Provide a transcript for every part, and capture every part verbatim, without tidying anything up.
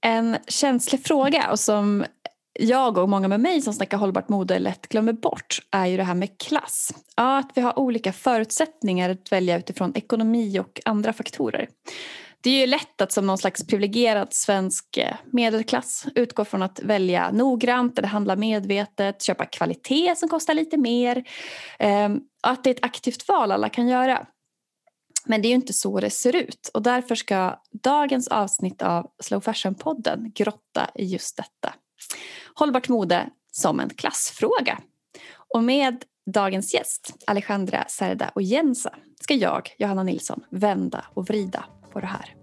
En känslig fråga och som jag och många med mig som snackar hållbart mode lätt glömmer bort är ju det här med klass. Ja, att vi har olika förutsättningar att välja utifrån ekonomi och andra faktorer. Det är ju lätt att som någon slags privilegierad svensk medelklass utgå från att välja noggrant eller handla medvetet, köpa kvalitet som kostar lite mer. Att det är ett aktivt val alla kan göra. Men det är ju inte så det ser ut och därför ska dagens avsnitt av Slow Fashion-podden grotta i just detta. Hållbart mode som en klassfråga. Och med dagens gäst, Alejandra Cerda och Jensa, ska jag, Johanna Nilsson, vända och vrida på det här.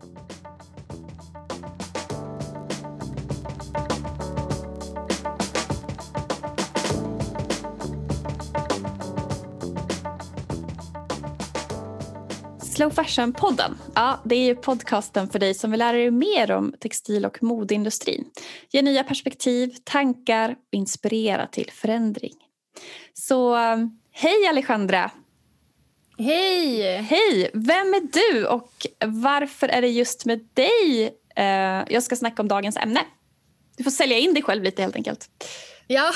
Slow Fashion-podden, ja, det är ju podcasten för dig som vill lära dig mer om textil- och modeindustrin. Ge nya perspektiv, tankar och inspirera till förändring. Så hej Alejandra! Hej! Hej! Vem är du och varför är det just med dig eh, jag ska snacka om dagens ämne? Du får sälja in dig själv lite helt enkelt. Ja,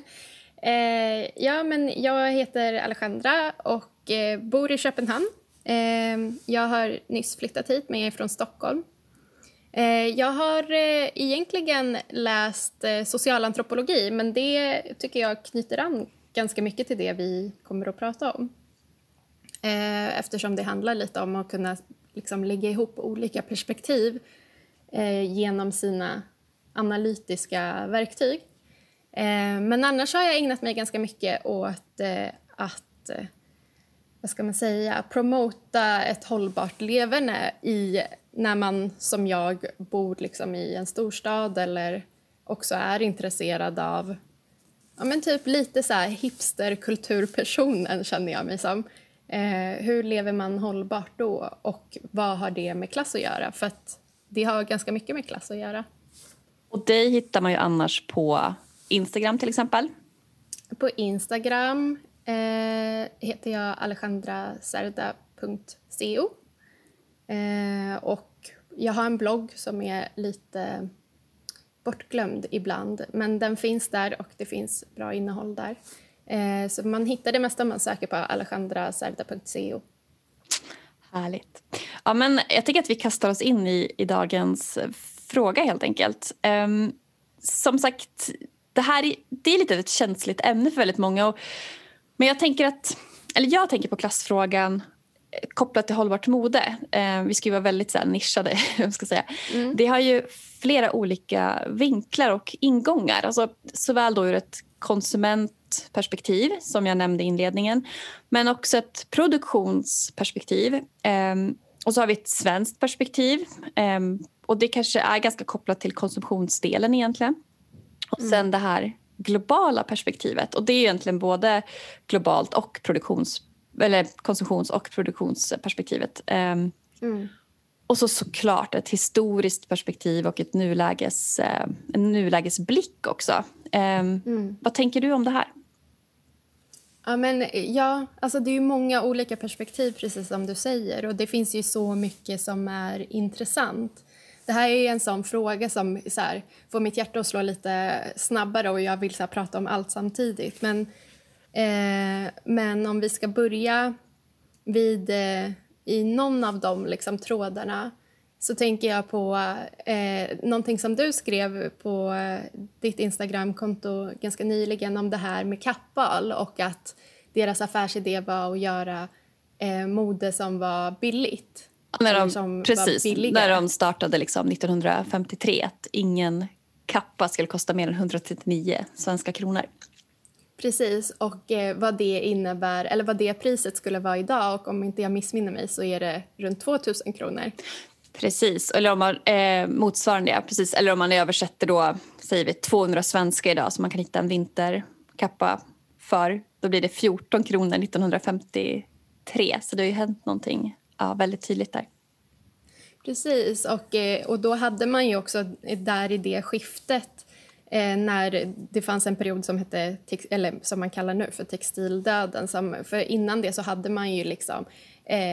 eh, ja men jag heter Alejandra och eh, bor i Köpenhamn. Jag har nyss flyttat hit, men jag är från Stockholm. Jag har egentligen läst socialantropologi, men det tycker jag knyter an ganska mycket till det vi kommer att prata om. Eftersom det handlar lite om att kunna liksom lägga ihop olika perspektiv genom sina analytiska verktyg. Men annars har jag ägnat mig ganska mycket åt att... vad ska man säga, promota ett hållbart leverne i, när man som jag bor liksom i en storstad eller också är intresserad av ja, men typ lite så här hipsterkulturpersonen känner jag mig som. Eh, hur lever man hållbart då och vad har det med klass att göra? För att det har ganska mycket med klass att göra. Och dig hittar man ju annars på Instagram till exempel. På Instagram Eh, heter jag alejandra cerda punkt co eh, och jag har en blogg som är lite bortglömd ibland, men den finns där och det finns bra innehåll där. Eh, så man hittar det mesta man söker på alejandra cerda punkt co. Härligt. Ja, men jag tycker att vi kastar oss in i, i dagens fråga helt enkelt. Um, som sagt, det här är, det är lite ett känsligt ämne för väldigt många och men jag tänker att, eller jag tänker på klassfrågan kopplat till hållbart mode. Eh, vi ska ju vara väldigt så här, nischade, jag ska säga. Mm. Det har ju flera olika vinklar och ingångar. Alltså, såväl då ur ett konsumentperspektiv, som jag nämnde i inledningen. Men också ett produktionsperspektiv. Eh, och så har vi ett svenskt perspektiv. Eh, och det kanske är ganska kopplat till konsumtionsdelen egentligen. Och sen mm. det här globala perspektivet och det är egentligen både globalt och produktions eller konsumtions- och produktionsperspektivet. Um, mm. Och så såklart ett historiskt perspektiv och ett nuläges, uh, en nulägesblick också. Um, mm. Vad tänker du om det här? Ja, men, ja alltså det är ju många olika perspektiv precis som du säger och det finns ju så mycket som är intressant. Det här är en sån fråga som så här, får mitt hjärta att slå lite snabbare och jag vill så här, prata om allt samtidigt. Men, eh, men om vi ska börja vid, eh, i någon av de liksom, trådarna så tänker jag på eh, någonting som du skrev på eh, ditt Instagramkonto ganska nyligen om det här med Kappahl och att deras affärsidé var att göra eh, mode som var billigt. När de, precis, när de startade liksom nittonhundrafemtiotre att ingen kappa skulle kosta mer än hundratrettionio svenska kronor. Precis, och eh, vad det innebär, eller vad det priset skulle vara idag och om inte jag missminner mig så är det runt tvåtusen kronor. Precis, eller om man eh, motsvarande, ja, precis, eller om man översätter då, säger vi tvåhundra svenska idag så man kan hitta en vinterkappa för, då blir det fjorton kronor nittonhundrafemtiotre, så det har ju hänt någonting. Ja, väldigt tydligt där. Precis, och, och då hade man ju också där i det skiftet eh, när det fanns en period som hette, eller som man kallar nu för textildöden. Som, för innan det så hade man ju liksom eh,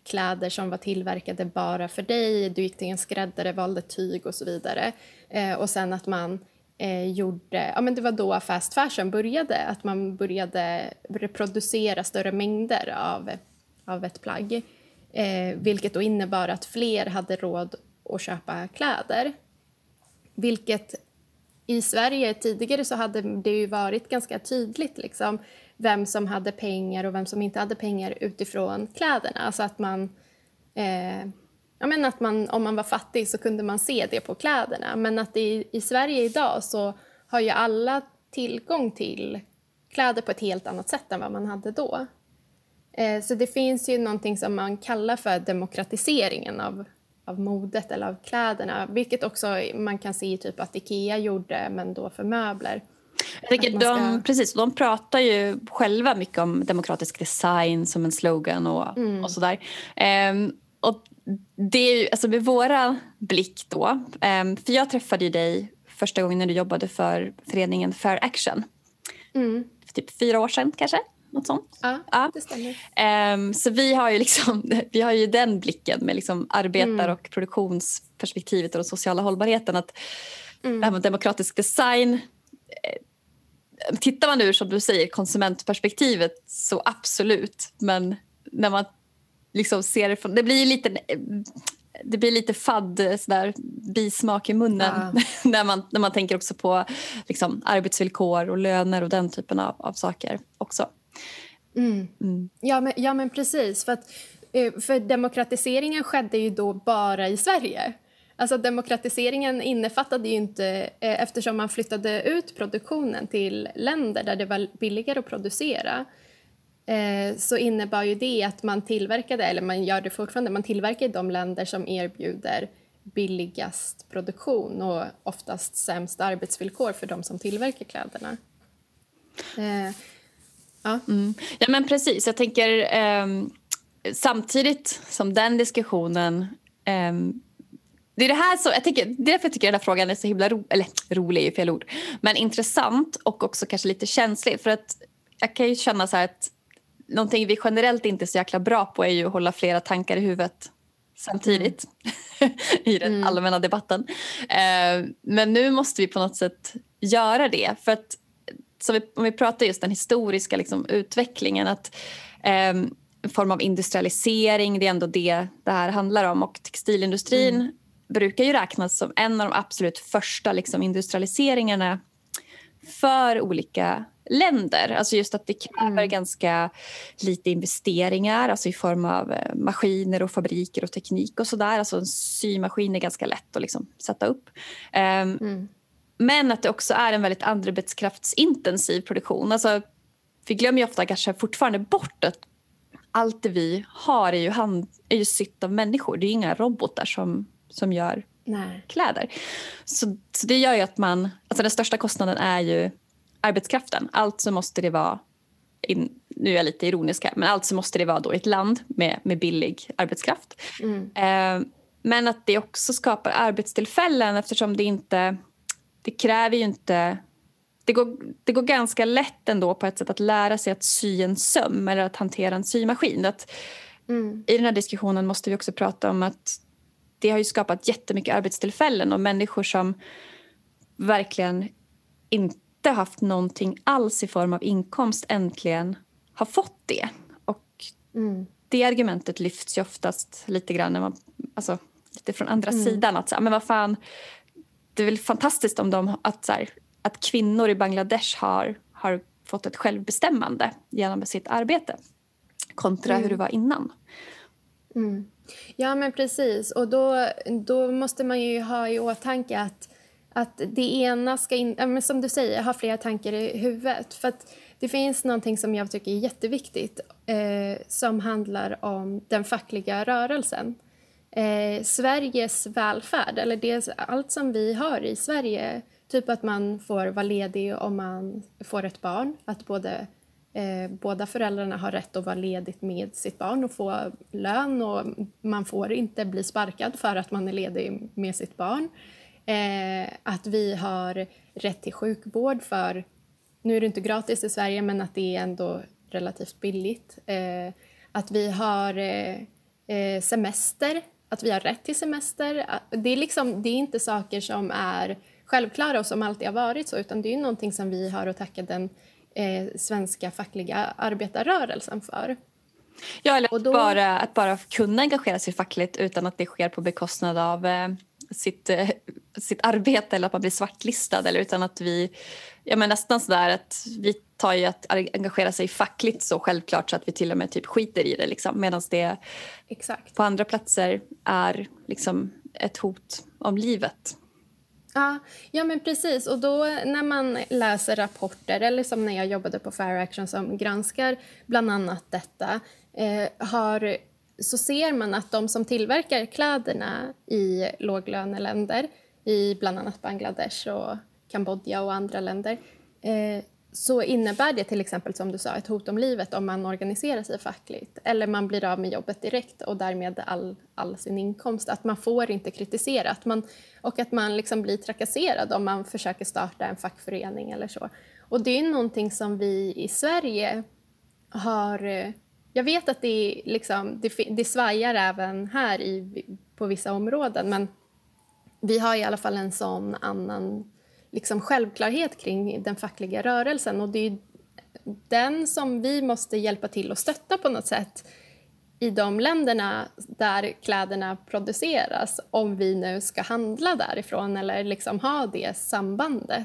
kläder som var tillverkade bara för dig. Du gick till en skräddare, valde tyg och så vidare. Eh, och sen att man eh, gjorde... Ja, men det var då fast fashion började. Att man började reproducera större mängder av, av ett plagg. Eh, vilket då innebar att fler hade råd att köpa kläder. Vilket i Sverige tidigare så hade det ju varit ganska tydligt liksom, vem som hade pengar och vem som inte hade pengar utifrån kläderna. Alltså att man, eh, ja, men att man, om man var fattig så kunde man se det på kläderna. Men att i, i Sverige idag så har ju alla tillgång till kläder på ett helt annat sätt än vad man hade då. Eh, så det finns ju någonting som man kallar för demokratiseringen av, av modet eller av kläderna. Vilket också man kan se typ att Ikea gjorde, men då för möbler. Jag tänker, ska... de, precis, de pratar ju själva mycket om demokratisk design som en slogan och, mm. och sådär. Um, och det är ju, alltså med våra blick då, um, för jag träffade ju dig första gången när du jobbade för föreningen Fair Action. Mm. För typ fyra år sedan kanske, något sånt. Ja, ja. Det stämmer. Um, så vi har ju liksom, vi har ju den blicken med liksom arbetar- mm. och produktionsperspektivet och den sociala hållbarheten. Att mm. det här med demokratisk design, tittar man ur, som du säger, konsumentperspektivet så absolut. Men när man liksom ser det från... Det blir lite, det blir lite fadd sådär, bismak i munnen ja. när, man, när man tänker också på liksom, arbetsvillkor och löner och den typen av, av saker också. Mm. Mm. Ja, men, ja, men precis. För, att, för demokratiseringen skedde ju då bara i Sverige. Alltså demokratiseringen innefattade ju inte, eftersom man flyttade ut produktionen till länder där det var billigare att producera, så innebar ju det att man tillverkade, eller man gör det fortfarande, man tillverkar i de länder som erbjuder billigast produktion och oftast sämst arbetsvillkor för de som tillverkar kläderna. Eh, ja. Mm. Ja, men precis. Jag tänker eh, samtidigt som den diskussionen eh, det är det här så, jag tycker, det är därför jag tycker den här frågan är så himla ro, eller rolig är ju fel ord, men intressant och också kanske lite känslig. För att jag kan ju känna så här att någonting vi generellt inte är så jäkla bra på är ju att hålla flera tankar i huvudet samtidigt mm. i den mm. allmänna debatten. Eh, men nu måste vi på något sätt göra det. För att så vi, om vi pratar just den historiska liksom, utvecklingen, att eh, en form av industrialisering, det är ändå det det här handlar om. Och textilindustrin mm. brukar ju räknas som en av de absolut första liksom, industrialiseringarna för olika länder. Alltså just att det kräver mm. ganska lite investeringar, alltså i form av maskiner och fabriker och teknik och sådär. Alltså en symaskin är ganska lätt att liksom sätta upp. Um, mm. Men att det också är en väldigt arbetskraftsintensiv produktion. Alltså, vi glömmer ju ofta kanske fortfarande bort att allt det vi har är ju, hand, är ju sytt av människor. Det är inga robotar som, som gör Nej. kläder. Så, så det gör ju att man... Alltså den största kostnaden är ju arbetskraften. Allt så måste det vara... In, nu är jag lite ironisk här, men allt så måste det vara då i ett land med, med billig arbetskraft. Mm. Eh, men att det också skapar arbetstillfällen eftersom det inte... Det kräver ju inte... Det går, det går ganska lätt ändå på ett sätt att lära sig att sy en söm eller att hantera en symaskin. Att mm. I den här diskussionen måste vi också prata om att det har ju skapat jättemycket arbetstillfällen och människor som verkligen inte haft någonting alls i form av inkomst äntligen har fått det. Och mm. det argumentet lyfts ju oftast lite grann när man, alltså, lite från andra mm. sidan. Att så, men vad fan, det är väl fantastiskt om de, att, så här, att kvinnor i Bangladesh har, har fått ett självbestämmande genom sitt arbete kontra mm. hur det var innan. Mm. Ja, men precis. Och då, då måste man ju ha i åtanke att, att det ena ska, in, som du säger, ha flera tankar i huvudet. För att det finns någonting som jag tycker är jätteviktigt eh, som handlar om den fackliga rörelsen. Eh, Sveriges välfärd, eller det, allt som vi har i Sverige, typ att man får vara ledig om man får ett barn, att både Eh, båda föräldrarna har rätt att vara ledigt med sitt barn och få lön, och man får inte bli sparkad för att man är ledig med sitt barn. Eh, att vi har rätt till sjukvård för, nu är det inte gratis i Sverige men att det är ändå relativt billigt. Eh, att vi har eh, eh, semester, att vi har rätt till semester. Det är, liksom, det är inte saker som är självklara och som alltid har varit så, utan det är ju någonting som vi har att tacka den eh, svenska fackliga arbetarrörelsen för. Ja, eller och då, att, bara, att bara kunna engagera sig fackligt utan att det sker på bekostnad av eh, sitt, eh, sitt arbete eller att man blir svartlistad. Eller utan att vi, ja, men nästan sådär att vi tar ju att engagera sig fackligt så självklart så att vi till och med typ skiter i det. Liksom, medan det exakt. på andra platser är liksom ett hot om livet. Ja, ja, men precis. Och då när man läser rapporter, eller som när jag jobbade på Fair Action som granskar bland annat detta, eh, har, så ser man att de som tillverkar kläderna i låglöneländer, i bland annat Bangladesh och Kambodja och andra länder, eh, så innebär det till exempel, som du sa, ett hot om livet om man organiserar sig fackligt. Eller man blir av med jobbet direkt och därmed all, all sin inkomst. Att man får inte kritisera. Att man, och att man liksom blir trakasserad om man försöker starta en fackförening eller så. Och det är någonting som vi i Sverige har... Jag vet att det, liksom, det, det svajar även här i, på vissa områden. Men vi har i alla fall en sån annan... liksom självklarhet kring den fackliga rörelsen, och det är den som vi måste hjälpa till att stötta på något sätt i de länderna där kläderna produceras, om vi nu ska handla därifrån eller liksom ha det sambandet.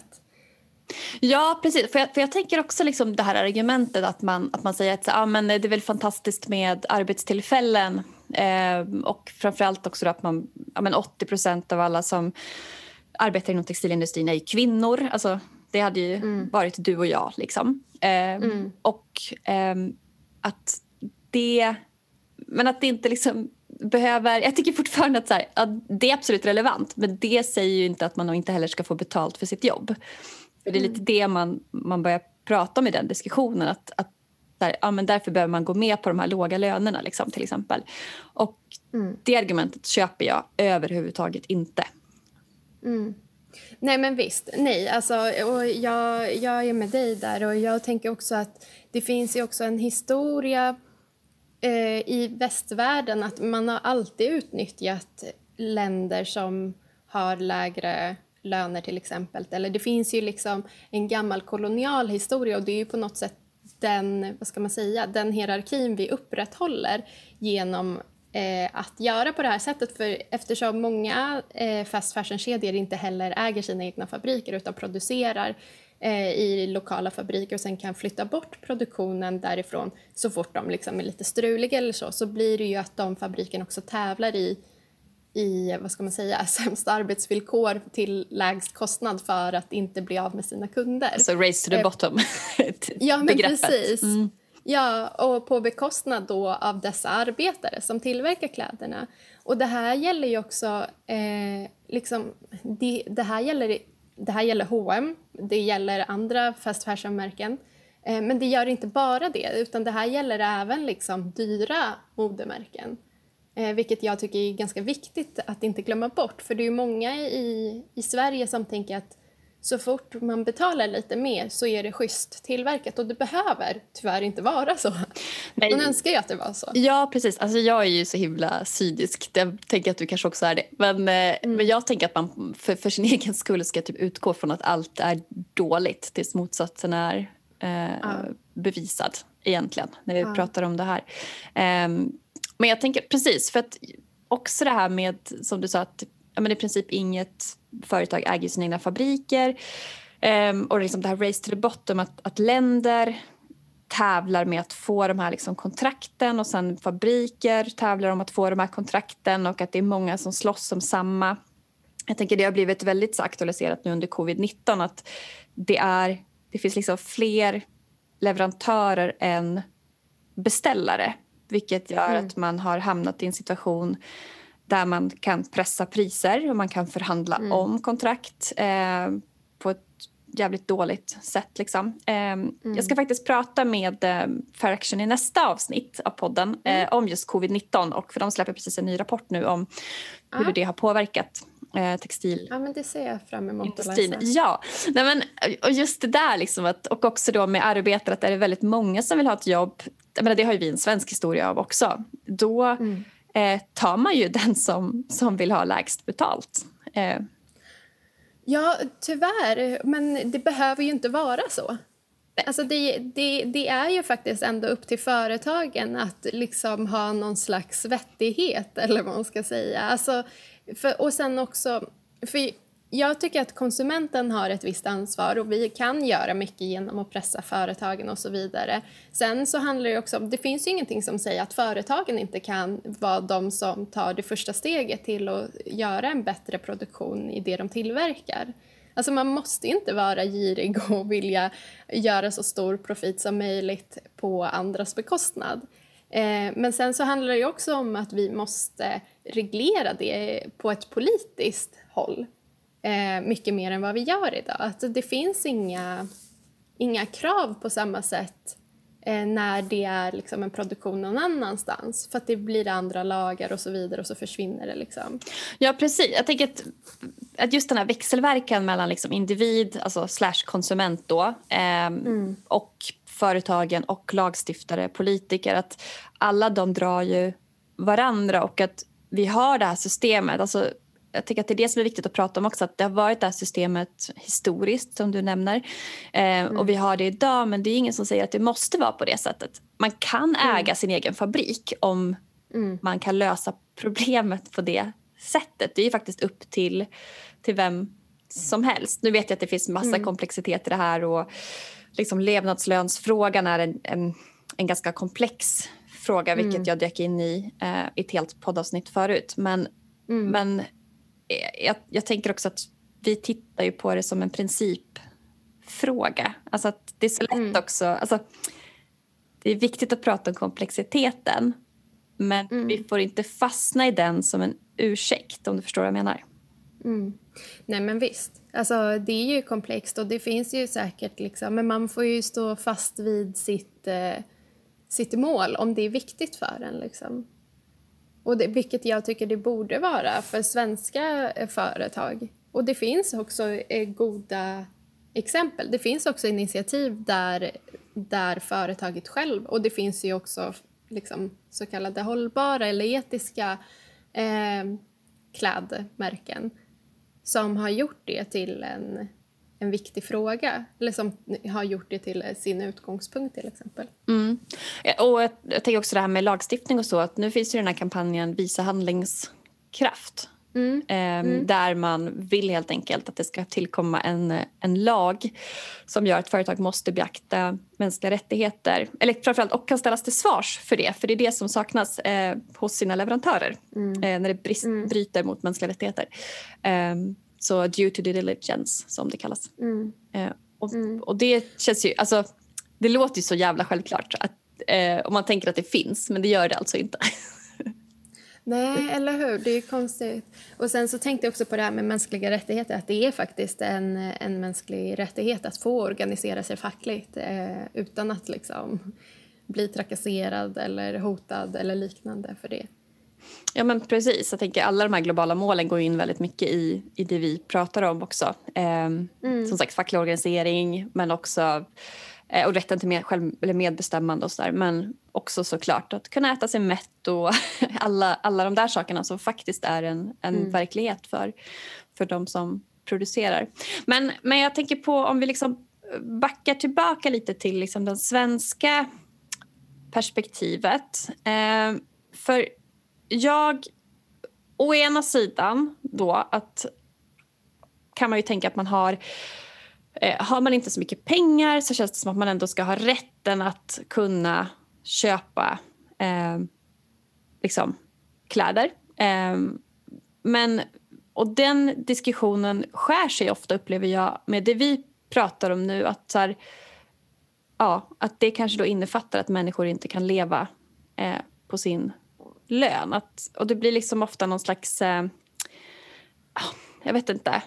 Ja, precis. För jag, för jag tänker också liksom det här argumentet att man, att man säger att ah, men det är väl fantastiskt med arbetstillfällen eh, och framförallt också att man, ja, men åttio procent av alla som arbetar inom textilindustrin är ju kvinnor. Alltså, det hade ju mm. varit du och jag. Liksom. Eh, mm. Och eh, att det... Men att det inte liksom behöver... Jag tycker fortfarande att, så här, att det är absolut relevant. Men det säger ju inte att man inte heller ska få betalt för sitt jobb. För det är lite mm. det man, man börjar prata om i den diskussionen. Att, att där, ja, men därför behöver man gå med på de här låga lönerna liksom, till exempel. Och mm. det argumentet köper jag överhuvudtaget inte. Mm. Nej, men visst. Nej, alltså, och jag, jag är med dig där. Och jag tänker också att det finns ju också en historia eh, i västvärlden att man har alltid utnyttjat länder som har lägre löner till exempel. Eller det finns ju liksom en gammal kolonial historia, och det är ju på något sätt den, vad ska man säga, den hierarkin vi upprätthåller genom eh, att göra på det här sättet. För eftersom många eh, fast fashion-kedjor inte heller äger sina egna fabriker utan producerar eh, i lokala fabriker och sen kan flytta bort produktionen därifrån så fort de liksom är lite struliga eller så, så blir det ju att de fabrikerna också tävlar i i, vad ska man säga, sämsta arbetsvillkor till lägst kostnad för att inte bli av med sina kunder. Så race to the bottom. Ja, men begreppet. Precis. Mm. Ja, och på bekostnad då av dessa arbetare som tillverkar kläderna. Och det här gäller ju också, eh, liksom, det, det, här gäller, det här gäller H och M, det gäller andra fast fashion-märken. Eh, men det gör inte bara det, utan det här gäller även liksom dyra modemärken. Eh, vilket jag tycker är ganska viktigt att inte glömma bort. För det är ju många i, i Sverige som tänker att så fort man betalar lite mer så är det schysst tillverkat. Och det behöver tyvärr inte vara så. Nej. Man önskar ju att det var så. Ja, precis. Alltså, jag är ju så himla cynisk. Jag tänker att du kanske också är det. Men, mm. men jag tänker att man för, för sin egen skull ska typ utgå från att allt är dåligt tills motsatsen är eh, ja. bevisad egentligen. När vi ja. pratar om det här. Um, Men jag tänker precis, för att också det här med, som du sa, att ja, men i princip inget företag äger sina egna fabriker. Um, och liksom det här race to the bottom, att, att länder tävlar med att få de här liksom kontrakten och sen fabriker tävlar om att få de här kontrakten och att det är många som slåss om samma. Jag tänker det har blivit väldigt så aktualiserat nu under covid nitton att det, är, det finns liksom fler leverantörer än beställare. Vilket gör mm. att man har hamnat i en situation där man kan pressa priser och man kan förhandla mm. om kontrakt eh, på ett jävligt dåligt sätt. Liksom. Eh, mm. Jag ska faktiskt prata med eh, Fair Action i nästa avsnitt av podden eh, mm. om just covid nitton. Och för de släpper precis en ny rapport nu om ah. hur det har påverkat eh, textil. Ja, men det ser jag fram emot att läsa. Ja, nej, men, och just det där liksom att, och också då med arbetare att det är väldigt många som vill ha ett jobb. Jag menar, det har ju vi en svensk historia av också. Då, mm. eh, tar man ju den som, som vill ha lägst betalt. Eh. Ja, tyvärr. Men det behöver ju inte vara så. Alltså det, det, det är ju faktiskt ändå upp till företagen att liksom ha någon slags vettighet, eller vad man ska säga. Alltså, för, och sen också... För jag tycker att konsumenten har ett visst ansvar och vi kan göra mycket genom att pressa företagen och så vidare. Sen så handlar det också om, det finns ju ingenting som säger att företagen inte kan vara de som tar det första steget till att göra en bättre produktion i det de tillverkar. Alltså man måste inte vara girig och vilja göra så stor profit som möjligt på andras bekostnad. Eh, men sen så handlar det också om att vi måste reglera det på ett politiskt håll. Eh, mycket mer än vad vi gör idag. Alltså det finns inga, inga krav på samma sätt eh, när det är liksom en produktion någon annanstans. För att det blir andra lagar och så vidare och så försvinner det liksom. Ja, precis. Jag tänker att, att just den här växelverkan mellan liksom individ, alltså slash konsument då, eh, mm. och företagen och lagstiftare, politiker, att alla de drar ju varandra och att vi har det här systemet, alltså jag tycker att det är det som är viktigt att prata om också, att det har varit det här systemet historiskt som du nämner eh, mm. och vi har det idag, men det är ingen som säger att det måste vara på det sättet. Man kan äga mm. sin egen fabrik om mm. man kan lösa problemet på det sättet. Det är ju faktiskt upp till, till vem som helst. Nu vet jag att det finns massa mm. komplexitet i det här och liksom levnadslönsfrågan är en, en, en ganska komplex fråga, vilket mm. jag dök in i eh, i ett helt poddavsnitt förut. Men, mm. men jag, jag tänker också att vi tittar ju på det som en principfråga. Alltså att det är så lätt mm. också. Alltså, det är viktigt att prata om komplexiteten, men mm. vi får inte fastna i den som en ursäkt, om du förstår vad jag menar. Mm. Nej men visst, alltså det är ju komplext och det finns ju säkert liksom, men man får ju stå fast vid sitt, eh, sitt mål om det är viktigt för en liksom. Och det, vilket jag tycker det borde vara för svenska eh, företag. Och det finns också eh, goda exempel. Det finns också initiativ där, där företaget själv, och det finns ju också liksom, så kallade hållbara eller etiska eh, klädmärken som har gjort det till en, en viktig fråga. Eller som har gjort det till sin utgångspunkt till exempel. Mm. Och jag, jag tänker också det här med lagstiftning och så. Att nu finns ju den här kampanjen Visa handlingskraft. Mm. Eh, mm. Där man vill helt enkelt att det ska tillkomma en, en lag som gör att företag måste beakta mänskliga rättigheter. Eller framförallt och kan ställas till svars för det. För det är det som saknas eh, hos sina leverantörer. Mm. Eh, när det brist, mm. bryter mot mänskliga rättigheter. Eh, så due to due diligence som det kallas. Mm. Eh, och, mm. och det känns ju, alltså det låter ju så jävla självklart. Att, eh, om man tänker att det finns, men det gör det alltså inte. Nej, eller hur? Det är ju konstigt. Och sen så tänkte jag också på det här med mänskliga rättigheter. Att det är faktiskt en, en mänsklig rättighet att få organisera sig fackligt. Eh, utan att liksom bli trakasserad eller hotad eller liknande för det. Ja men precis. Jag tänker alla de här globala målen går in väldigt mycket i, i det vi pratar om också. Eh, mm. Som sagt facklig organisering men också... Och rätten till med, själv, eller medbestämmande och sådär. Men också såklart att kunna äta sig mätt och alla, alla de där sakerna som faktiskt är en, en mm. verklighet för, för de som producerar. Men, men jag tänker på om vi liksom backar tillbaka lite till liksom den svenska perspektivet. Eh, för jag, å ena sidan då att kan man ju tänka att man har Eh, har man inte så mycket pengar så känns det som att man ändå ska ha rätten att kunna köpa eh, liksom, kläder. Eh, men, och den diskussionen skär sig ofta upplever jag med det vi pratar om nu. Att, så här, ja, att det kanske då innefattar att människor inte kan leva eh, på sin lön. Att, och det blir liksom ofta någon slags, eh, jag vet inte...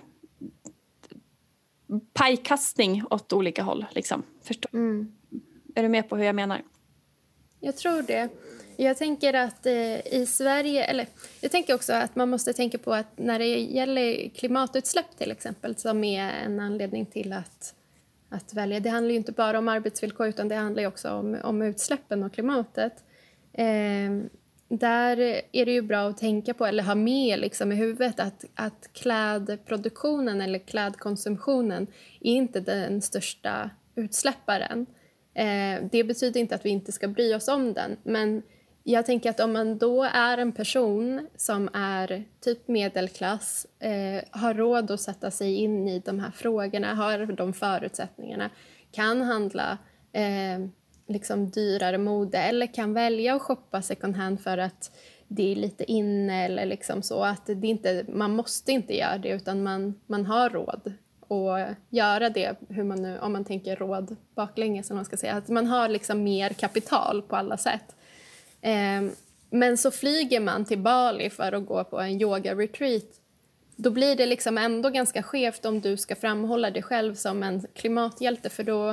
pajkastning åt olika håll liksom. Förstår? Mm. Är du med på hur jag menar? Jag tror det. Jag tänker att eh, i Sverige, eller jag tänker också att man måste tänka på att när det gäller klimatutsläpp till exempel, som är en anledning till att, att välja. Det handlar ju inte bara om arbetsvillkor utan det handlar ju också om, om utsläppen och klimatet. Eh, där är det ju bra att tänka på eller ha med liksom i huvudet att, att klädproduktionen eller klädkonsumtionen är inte den största utsläpparen. Eh, det betyder inte att vi inte ska bry oss om den, men jag tänker att om man då är en person som är typ medelklass, eh, har råd att sätta sig in i de här frågorna, har de förutsättningarna, kan handla eh, liksom dyrare mode eller kan välja att shoppa second hand för att det är lite inne eller liksom så. Att det inte, man måste inte göra det utan man, man har råd att göra det, hur man nu, om man tänker råd baklänges som man ska säga. Att man har liksom mer kapital på alla sätt. Eh, men så flyger man till Bali för att gå på en yoga-retreat. Då blir det liksom ändå ganska skevt om du ska framhålla dig själv som en klimathjälte, för då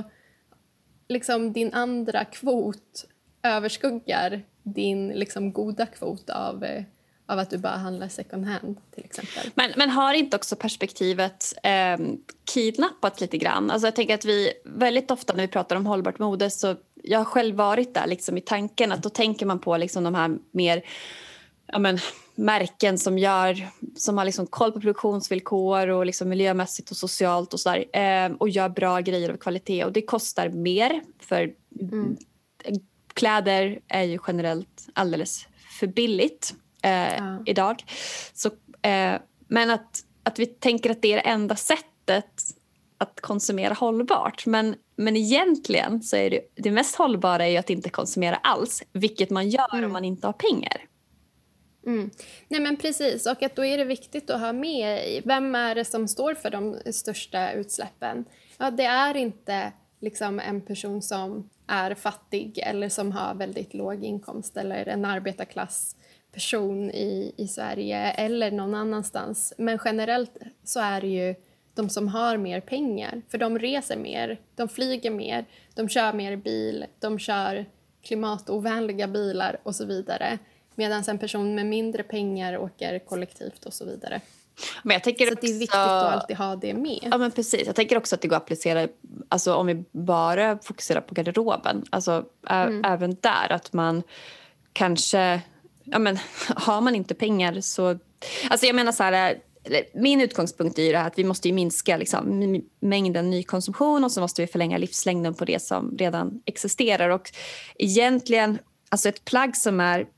liksom din andra kvot överskuggar din liksom goda kvot av, eh, av att du bara handlar second hand till exempel. Men, men har inte också perspektivet eh, kidnappat lite grann? Alltså jag tänker att vi väldigt ofta när vi pratar om hållbart mode, så jag har själv varit där liksom i tanken att då tänker man på liksom de här mer ja men, märken som gör som har liksom koll på produktionsvillkor och liksom miljömässigt och socialt och sådär, eh, och gör bra grejer av kvalitet, och det kostar mer för mm. kläder är ju generellt alldeles för billigt eh, ja. idag. Så, eh, men att, att vi tänker att det är det enda sättet att konsumera hållbart, men, men egentligen så är det, det mest hållbara är ju att inte konsumera alls, vilket man gör mm. om man inte har pengar. Mm. Nej men precis, och att då är det viktigt att ha med i vem är det som står för de största utsläppen. Ja, det är inte liksom en person som är fattig eller som har väldigt låg inkomst eller en arbetarklassperson i, i Sverige eller någon annanstans. Men generellt så är det ju de som har mer pengar, för de reser mer, de flyger mer, de kör mer bil, de kör klimatovänliga bilar och så vidare. Medan en person med mindre pengar åker kollektivt och så vidare. Men jag tänker så också, det är viktigt att alltid ha det med. Ja, men precis. Jag tänker också att det går att applicera, alltså om vi bara fokuserar på garderoben. Alltså mm. ä- även där att man kanske, ja men har man inte pengar så, alltså jag menar så här, min utgångspunkt är ju det här att vi måste ju minska liksom mängden nykonsumtion och så måste vi förlänga livslängden på det som redan existerar. Och egentligen, alltså ett plagg som är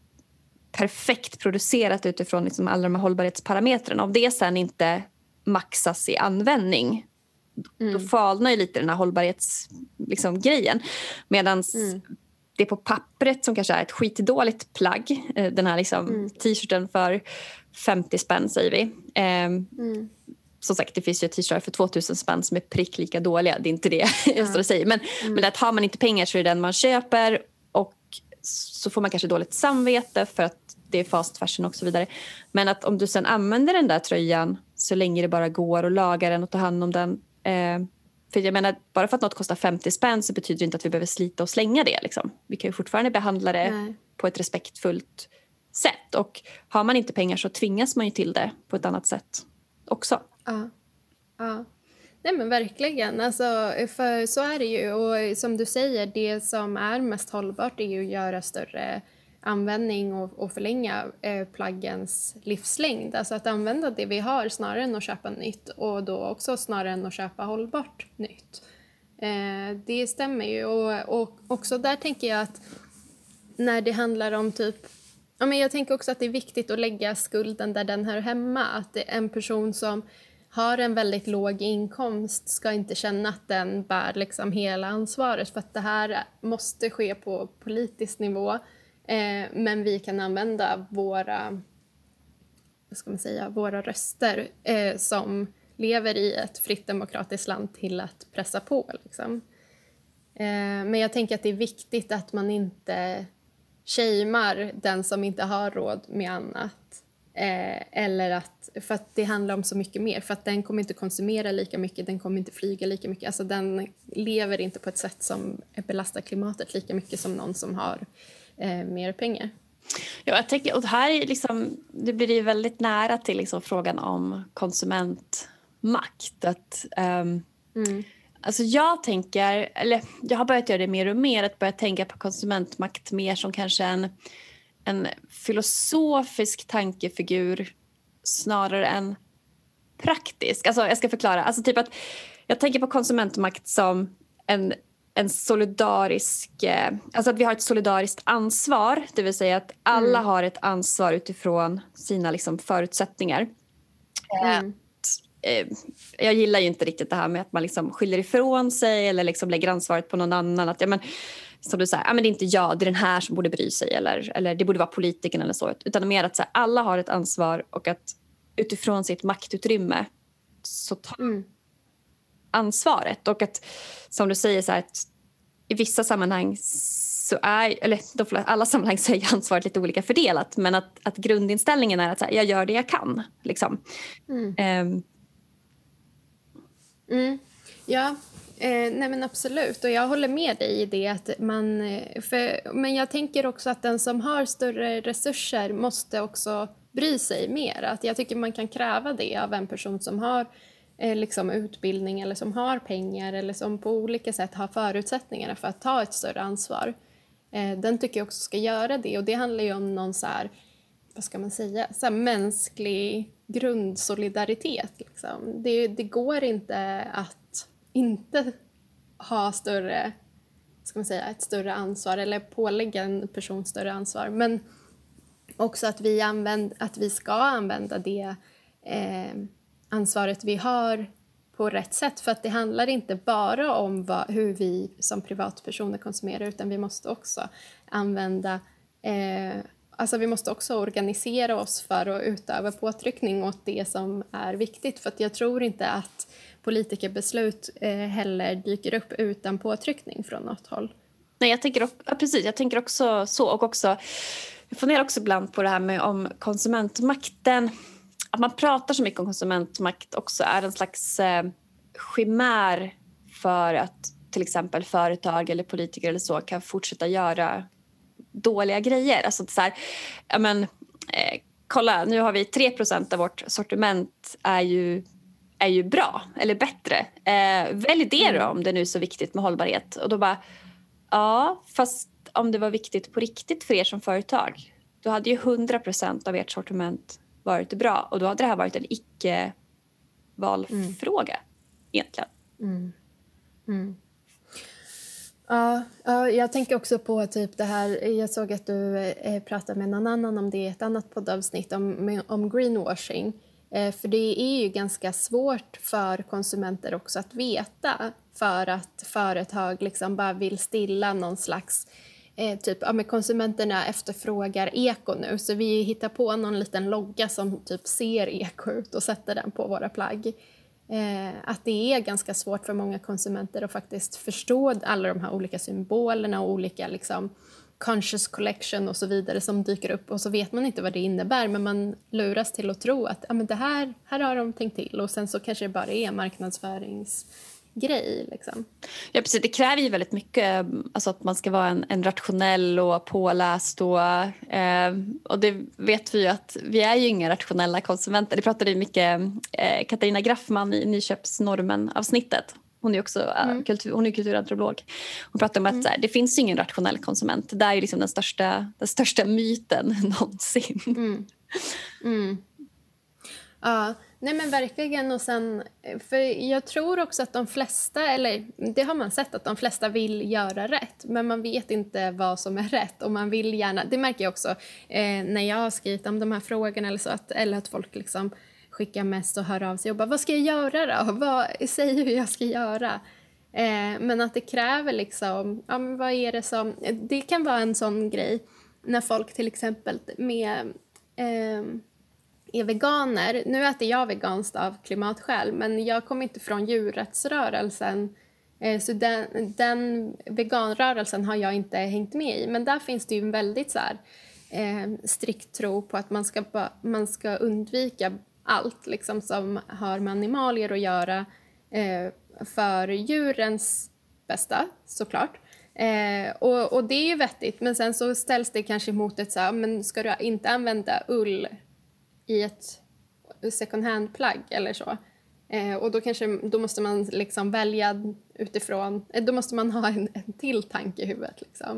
perfekt producerat utifrån liksom alla de här hållbarhetsparametrarna, om det sen inte maxas i användning, mm. då falnar ju lite den här hållbarhetsgrejen. Liksom, Medan mm. det på pappret som kanske är ett skitdåligt plagg, den här liksom, mm. t-shirten för femtio spänn säger vi. Ehm, mm. Som sagt, det finns ju t-shirtar för tvåtusen spänn som är prick lika dåliga, det är inte det jag står och säger. Men, mm. men att har man inte pengar så är det den man köper, och så får man kanske dåligt samvete för att det är fast fashion och så vidare. Men att om du sen använder den där tröjan så länge det bara går och lagar den och tar hand om den. Eh, för jag menar, bara för att något kostar femtio spänn så betyder det inte att vi behöver slita och slänga det. Liksom. Vi kan ju fortfarande behandla det Nej. på ett respektfullt sätt. Och har man inte pengar så tvingas man ju till det på ett annat sätt också. Ja, ja. Nej men verkligen, alltså, för så är det ju, och som du säger, det som är mest hållbart är ju att göra större användning och, och förlänga eh, plaggens livslängd, alltså att använda det vi har snarare än att köpa nytt, och då också snarare än att köpa hållbart nytt. Eh, det stämmer ju, och, och också där tänker jag att när det handlar om typ, ja men jag tänker också att det är viktigt att lägga skulden där den hör hemma, att det är en person som har en väldigt låg inkomst ska inte känna att den bär liksom hela ansvaret, för att det här måste ske på politisk nivå, eh, men vi kan använda våra, vad ska man säga, våra röster eh, som lever i ett fritt demokratiskt land till att pressa på liksom. eh, men jag tänker att det är viktigt att man inte shamear den som inte har råd med annat. Eh, eller att, för att det handlar om så mycket mer, för att den kommer inte konsumera lika mycket, den kommer inte flyga lika mycket, alltså den lever inte på ett sätt som belastar klimatet lika mycket som någon som har eh, mer pengar. Ja, jag tänker, och här är liksom, det blir ju väldigt nära till liksom frågan om konsumentmakt, att um, mm. alltså jag tänker, eller jag har börjat göra det mer och mer, att börja tänka på konsumentmakt mer som kanske en en filosofisk tankefigur snarare än praktisk. Alltså jag ska förklara. Alltså typ att jag tänker på konsumentmakt som en, en solidarisk... Eh, alltså att vi har ett solidariskt ansvar. Det vill säga att alla mm. har ett ansvar utifrån sina liksom, förutsättningar. Mm. Eh, jag gillar ju inte riktigt det här med att man liksom skyller ifrån sig eller liksom lägger ansvaret på någon annan. Att, ja, men, som du säger, ja, men det är inte jag, det är den här som borde bry sig. Eller, eller det borde vara politiken eller så. Utan mer att så här, alla har ett ansvar och att utifrån sitt maktutrymme så tar mm. ansvaret. Och att, som du säger, så här, att i vissa sammanhang så är, eller i alla sammanhang så är ansvaret lite olika fördelat. Men att, att grundinställningen är att så här, jag gör det jag kan. Liksom. Mm. Um. Mm. Ja, eh, nej men absolut. Och jag håller med dig i det. Att man, för, men jag tänker också att den som har större resurser måste också bry sig mer. Att jag tycker man kan kräva det av en person som har eh, liksom utbildning eller som har pengar eller som på olika sätt har förutsättningar för att ta ett större ansvar. Eh, den tycker jag också ska göra det. Och det handlar ju om någon så här, vad ska man säga, så här mänsklig grundsolidaritet. Liksom. Det, det går inte att inte ha större, ska man säga, ett större ansvar eller pålägga en person större ansvar. Men också att vi, använd, att vi ska använda det eh, ansvaret vi har på rätt sätt. För att det handlar inte bara om vad, hur vi som privatpersoner konsumerar, utan vi måste också använda eh, Alltså vi måste också organisera oss för att utöva påtryckning åt det som är viktigt. För att jag tror inte att politikerbeslut eh, heller dyker upp utan påtryckning från något håll. Nej, jag tänker, ja, precis, jag tänker också så. Och också, jag funderar också ibland på det här med om konsumentmakten. Att man pratar så mycket om konsumentmakt också är en slags eh, skimär för att till exempel företag eller politiker eller så kan fortsätta göra dåliga grejer. Alltså så här, ja men, eh, kolla, nu har vi tre procent av vårt sortiment är ju, är ju bra eller bättre. Eh, välj det då om det nu är så viktigt med hållbarhet. Och då bara, ja, fast om det var viktigt på riktigt för er som företag, då hade ju hundra procent av ert sortiment varit bra. Och då hade det här varit en icke-valfråga mm. egentligen. Mm. Mm. Ja, ja, jag tänker också på typ det här, jag såg att du eh, pratade med någon annan om det i ett annat poddavsnitt om, om greenwashing. Eh, för det är ju ganska svårt för konsumenter också att veta, för att företag liksom bara vill stilla någon slags, eh, typ, ja men konsumenterna efterfrågar eko nu, så vi hittar på någon liten logga som typ ser eko ut och sätter den på våra plagg. Eh, att det är ganska svårt för många konsumenter att faktiskt förstå alla de här olika symbolerna och olika liksom, conscious collection och så vidare som dyker upp, och så vet man inte vad det innebär, men man luras till att tro att ja, men det här, här har de tänkt till, och sen så kanske det bara är marknadsföringsgrej. Liksom. Ja, precis. Det kräver ju väldigt mycket, alltså att man ska vara en, en rationell och påläst och, eh, och det vet vi ju att vi är ju inga rationella konsumenter. Det pratade ju mycket eh, Katarina Graffman i Nyköpsnormen-avsnittet. Hon är också mm. kultur, hon är kulturantropolog. Hon pratar om att mm. så här, det finns ingen rationell konsument. Det är ju liksom den största, den största myten någonsin. Mm. Mm. Ja, nej men verkligen. Och sen, för jag tror också att de flesta, eller det har man sett att de flesta vill göra rätt, men man vet inte vad som är rätt, och man vill gärna, det märker jag också eh, när jag har skrivit om de här frågorna eller så, att, eller att folk liksom skickar mest och hör av sig och bara, vad ska jag göra då? Vad, säg hur jag ska göra. Eh, men att det kräver liksom, ja men vad är det som, det kan vara en sån grej när folk till exempel med eh, är veganer. Nu äter jag veganskt av klimatskäl, men jag kommer inte från djurrättsrörelsen, eh, så den, den veganrörelsen har jag inte hängt med i, men där finns det ju en väldigt så här, eh, strikt tro på att man ska, man ska undvika allt liksom, som har med animalier att göra, eh, för djurens bästa såklart. Eh, och, och det är ju vettigt, men sen så ställs det kanske mot ett så här, men ska du inte använda ull i ett second hand-plagg eller så. Eh, och då, kanske, då måste man liksom välja utifrån, eh, då måste man ha en, en till tanke i huvudet. Liksom.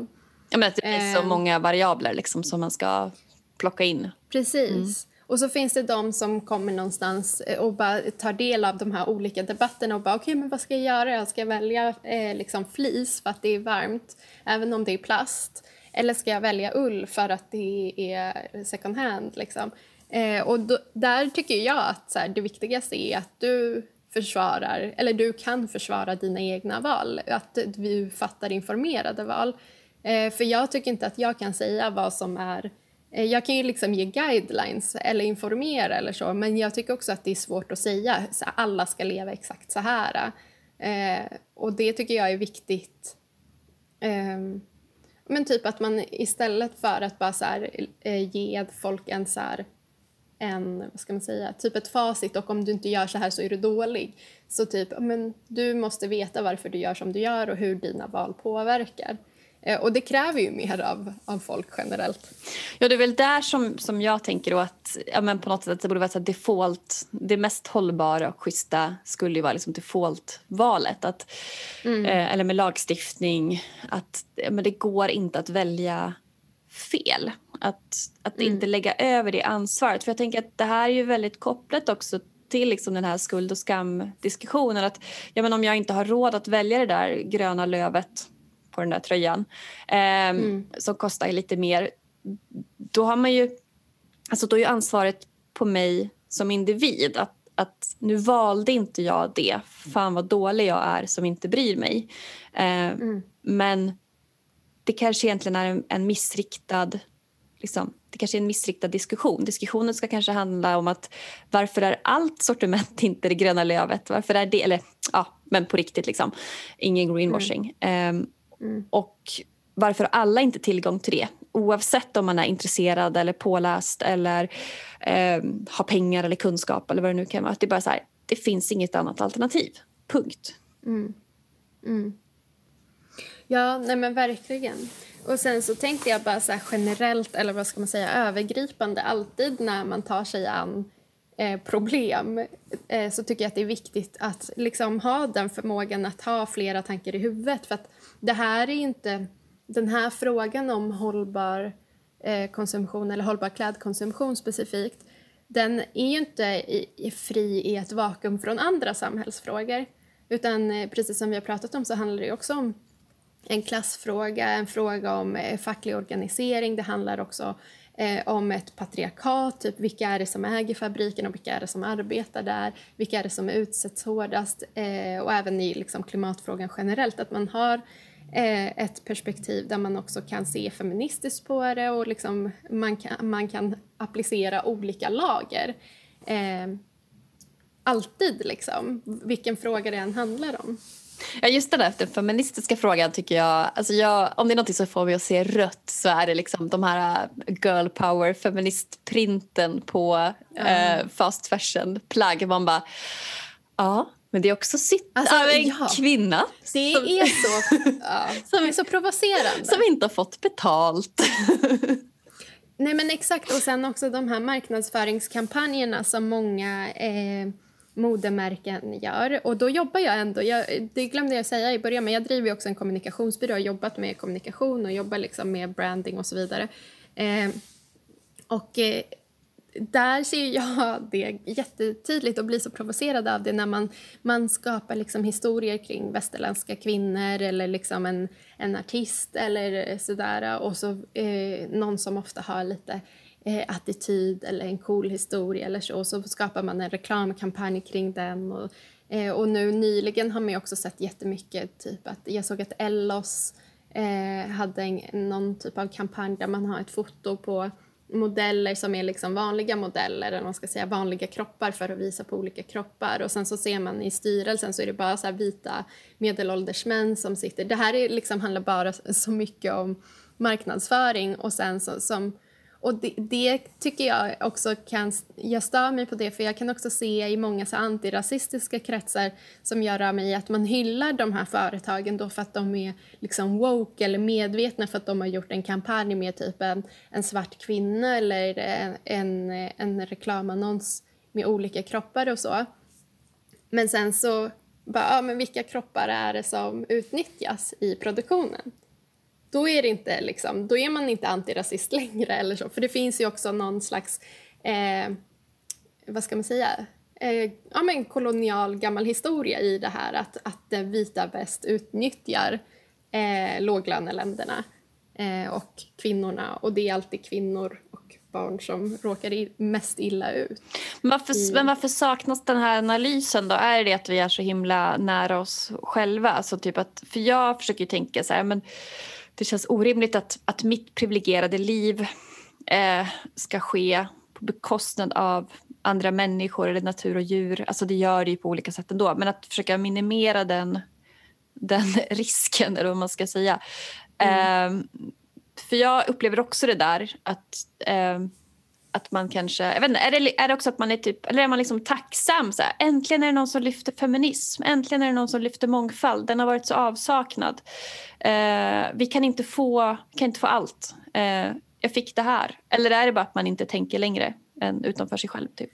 Ja, men att det blir så Eh, många variabler liksom, som man ska plocka in. Precis. Mm. Och så finns det de som kommer någonstans och bara tar del av de här olika debatterna och bara okej, okay, men vad ska jag göra? Jag ska välja eh, liksom flis för att det är varmt, även om det är plast. Eller ska jag välja ull för att det är second hand? Liksom. Eh, och då, där tycker jag att så här, det viktigaste är att du försvarar, eller du kan försvara dina egna val. Att du fattar informerade val. Eh, för jag tycker inte att jag kan säga vad som är... Eh, jag kan ju liksom ge guidelines eller informera eller så, men jag tycker också att det är svårt att säga så här, alla ska leva exakt så här. Eh, och det tycker jag är viktigt. Eh, men typ att man istället för att bara så här, eh, ge folk en så här, en, vad ska man säga, typ ett facit, och om du inte gör så här så är du dålig. Så typ, men du måste veta varför du gör som du gör och hur dina val påverkar. Eh, och det kräver ju mer av, av folk generellt. Ja, det är väl där som, som jag tänker då att ja, men på något sätt det borde vara så default, det mest hållbara och schyssta skulle ju vara liksom default-valet. Att, mm. eh, eller med lagstiftning, att ja, men det går inte att välja fel. Att, att mm. inte lägga över det ansvaret. För jag tänker att det här är ju väldigt kopplat också till liksom den här skuld- och skam-diskussionen. Att ja, men om jag inte har råd att välja det där gröna lövet på den där tröjan eh, mm. som kostar lite mer, då har man ju, alltså då är ju ansvaret på mig som individ att, att nu valde inte jag det, fan vad dålig jag är som inte bryr mig. Eh, mm. Men det kanske egentligen är en, en missriktad liksom, det kanske är en missriktad diskussion. Diskussionen ska kanske handla om att varför är allt sortiment inte det gröna lövet? Varför är det, eller ja, men på riktigt liksom, ingen greenwashing. Mm. Um, mm. Och varför har alla inte tillgång till det? Oavsett om man är intresserad eller påläst eller um, har pengar eller kunskap eller vad det nu kan vara. Att det är bara så här, det finns inget annat alternativ. Punkt. Mm. Mm. Ja, nej men verkligen. Och sen så tänkte jag bara så här generellt, eller vad ska man säga, övergripande, alltid när man tar sig an eh, problem eh, så tycker jag att det är viktigt att liksom ha den förmågan att ha flera tankar i huvudet. För att det här är inte, den här frågan om hållbar eh, konsumtion eller hållbar klädkonsumtion specifikt, den är ju inte i, i fri i ett vakuum från andra samhällsfrågor. Utan eh, precis som vi har pratat om så handlar det också om en klassfråga, en fråga om eh, facklig organisering. Det handlar också eh, om ett patriarkat, typ vilka är det som äger fabriken och vilka är det som arbetar där, vilka är det som utsätts hårdast eh, och även i liksom, klimatfrågan generellt, att man har eh, ett perspektiv där man också kan se feministiskt på det och liksom, man, kan, man kan applicera olika lager. Eh, alltid liksom, vilken fråga det än handlar om. Ja, just den där den feministiska frågan tycker jag, alltså jag, om det är något som får mig att se rött så är det liksom de här girl power feministprinten på mm. eh, fast fashion plagg. Man bara, ja, men det är också sitt alltså, av en ja. kvinna. Det som, är så, ja, som är så provocerande. Som inte har fått betalt. Nej men exakt, och sen också de här marknadsföringskampanjerna som många eh, modemärken gör. Och då jobbar jag ändå, jag, det glömde jag säga i början, men jag driver också en kommunikationsbyrå och har jobbat med kommunikation och jobbar liksom med branding och så vidare. Eh, och eh, där ser jag det jättetydligt och blir så provocerad av det när man, man skapar liksom historier kring västerländska kvinnor eller liksom en, en artist eller sådär, och så eh, någon som ofta har lite eh, attityd eller en cool historia eller så, och så skapar man en reklamkampanj kring den. Och, eh, och nu nyligen har man ju också sett jättemycket, typ att jag såg att Ellos eh, hade en, någon typ av kampanj där man har ett foto på modeller som är liksom vanliga modeller, eller man ska säga vanliga kroppar, för att visa på olika kroppar, och sen så ser man i styrelsen så är det bara så här vita medelålders män som sitter. Det här är liksom, handlar bara så mycket om marknadsföring, och sen så, som och det, det tycker jag också kan, jag stör mig på det, för jag kan också se i många så antirasistiska kretsar som jag rör mig i att man hyllar de här företagen då för att de är liksom woke eller medvetna, för att de har gjort en kampanj med typ en, en svart kvinna eller en, en, en reklamannons med olika kroppar och så. Men sen så bara, ja, men vilka kroppar är det som utnyttjas i produktionen? då är det inte liksom, då är man inte antirasist längre eller så. För det finns ju också någon slags, eh, vad ska man säga, eh, ja, men kolonial gammal historia i det här att, att det vita väst utnyttjar eh, låglöneländerna eh, och kvinnorna, och det är alltid kvinnor och barn som råkar i, mest illa ut. Men varför, I... men varför saknas den här analysen då? Är det att vi är så himla nära oss själva? Alltså typ att, för jag försöker ju tänka så här, men det känns orimligt att, att mitt privilegierade liv eh, ska ske på bekostnad av andra människor eller natur och djur. Alltså det gör det ju på olika sätt ändå. Men att försöka minimera den, den risken, eller vad man ska säga. Mm. Eh, för jag upplever också det där att, eh, att man kanske... Jag vet inte, är, det, är det också att man är typ... Eller är man liksom tacksam? Så här, äntligen är det någon som lyfter feminism. Äntligen är det någon som lyfter mångfald. Den har varit så avsaknad. Eh, vi kan inte få, kan inte få allt. Eh, jag fick det här. Eller är det bara att man inte tänker längre än utanför sig själv? Typ?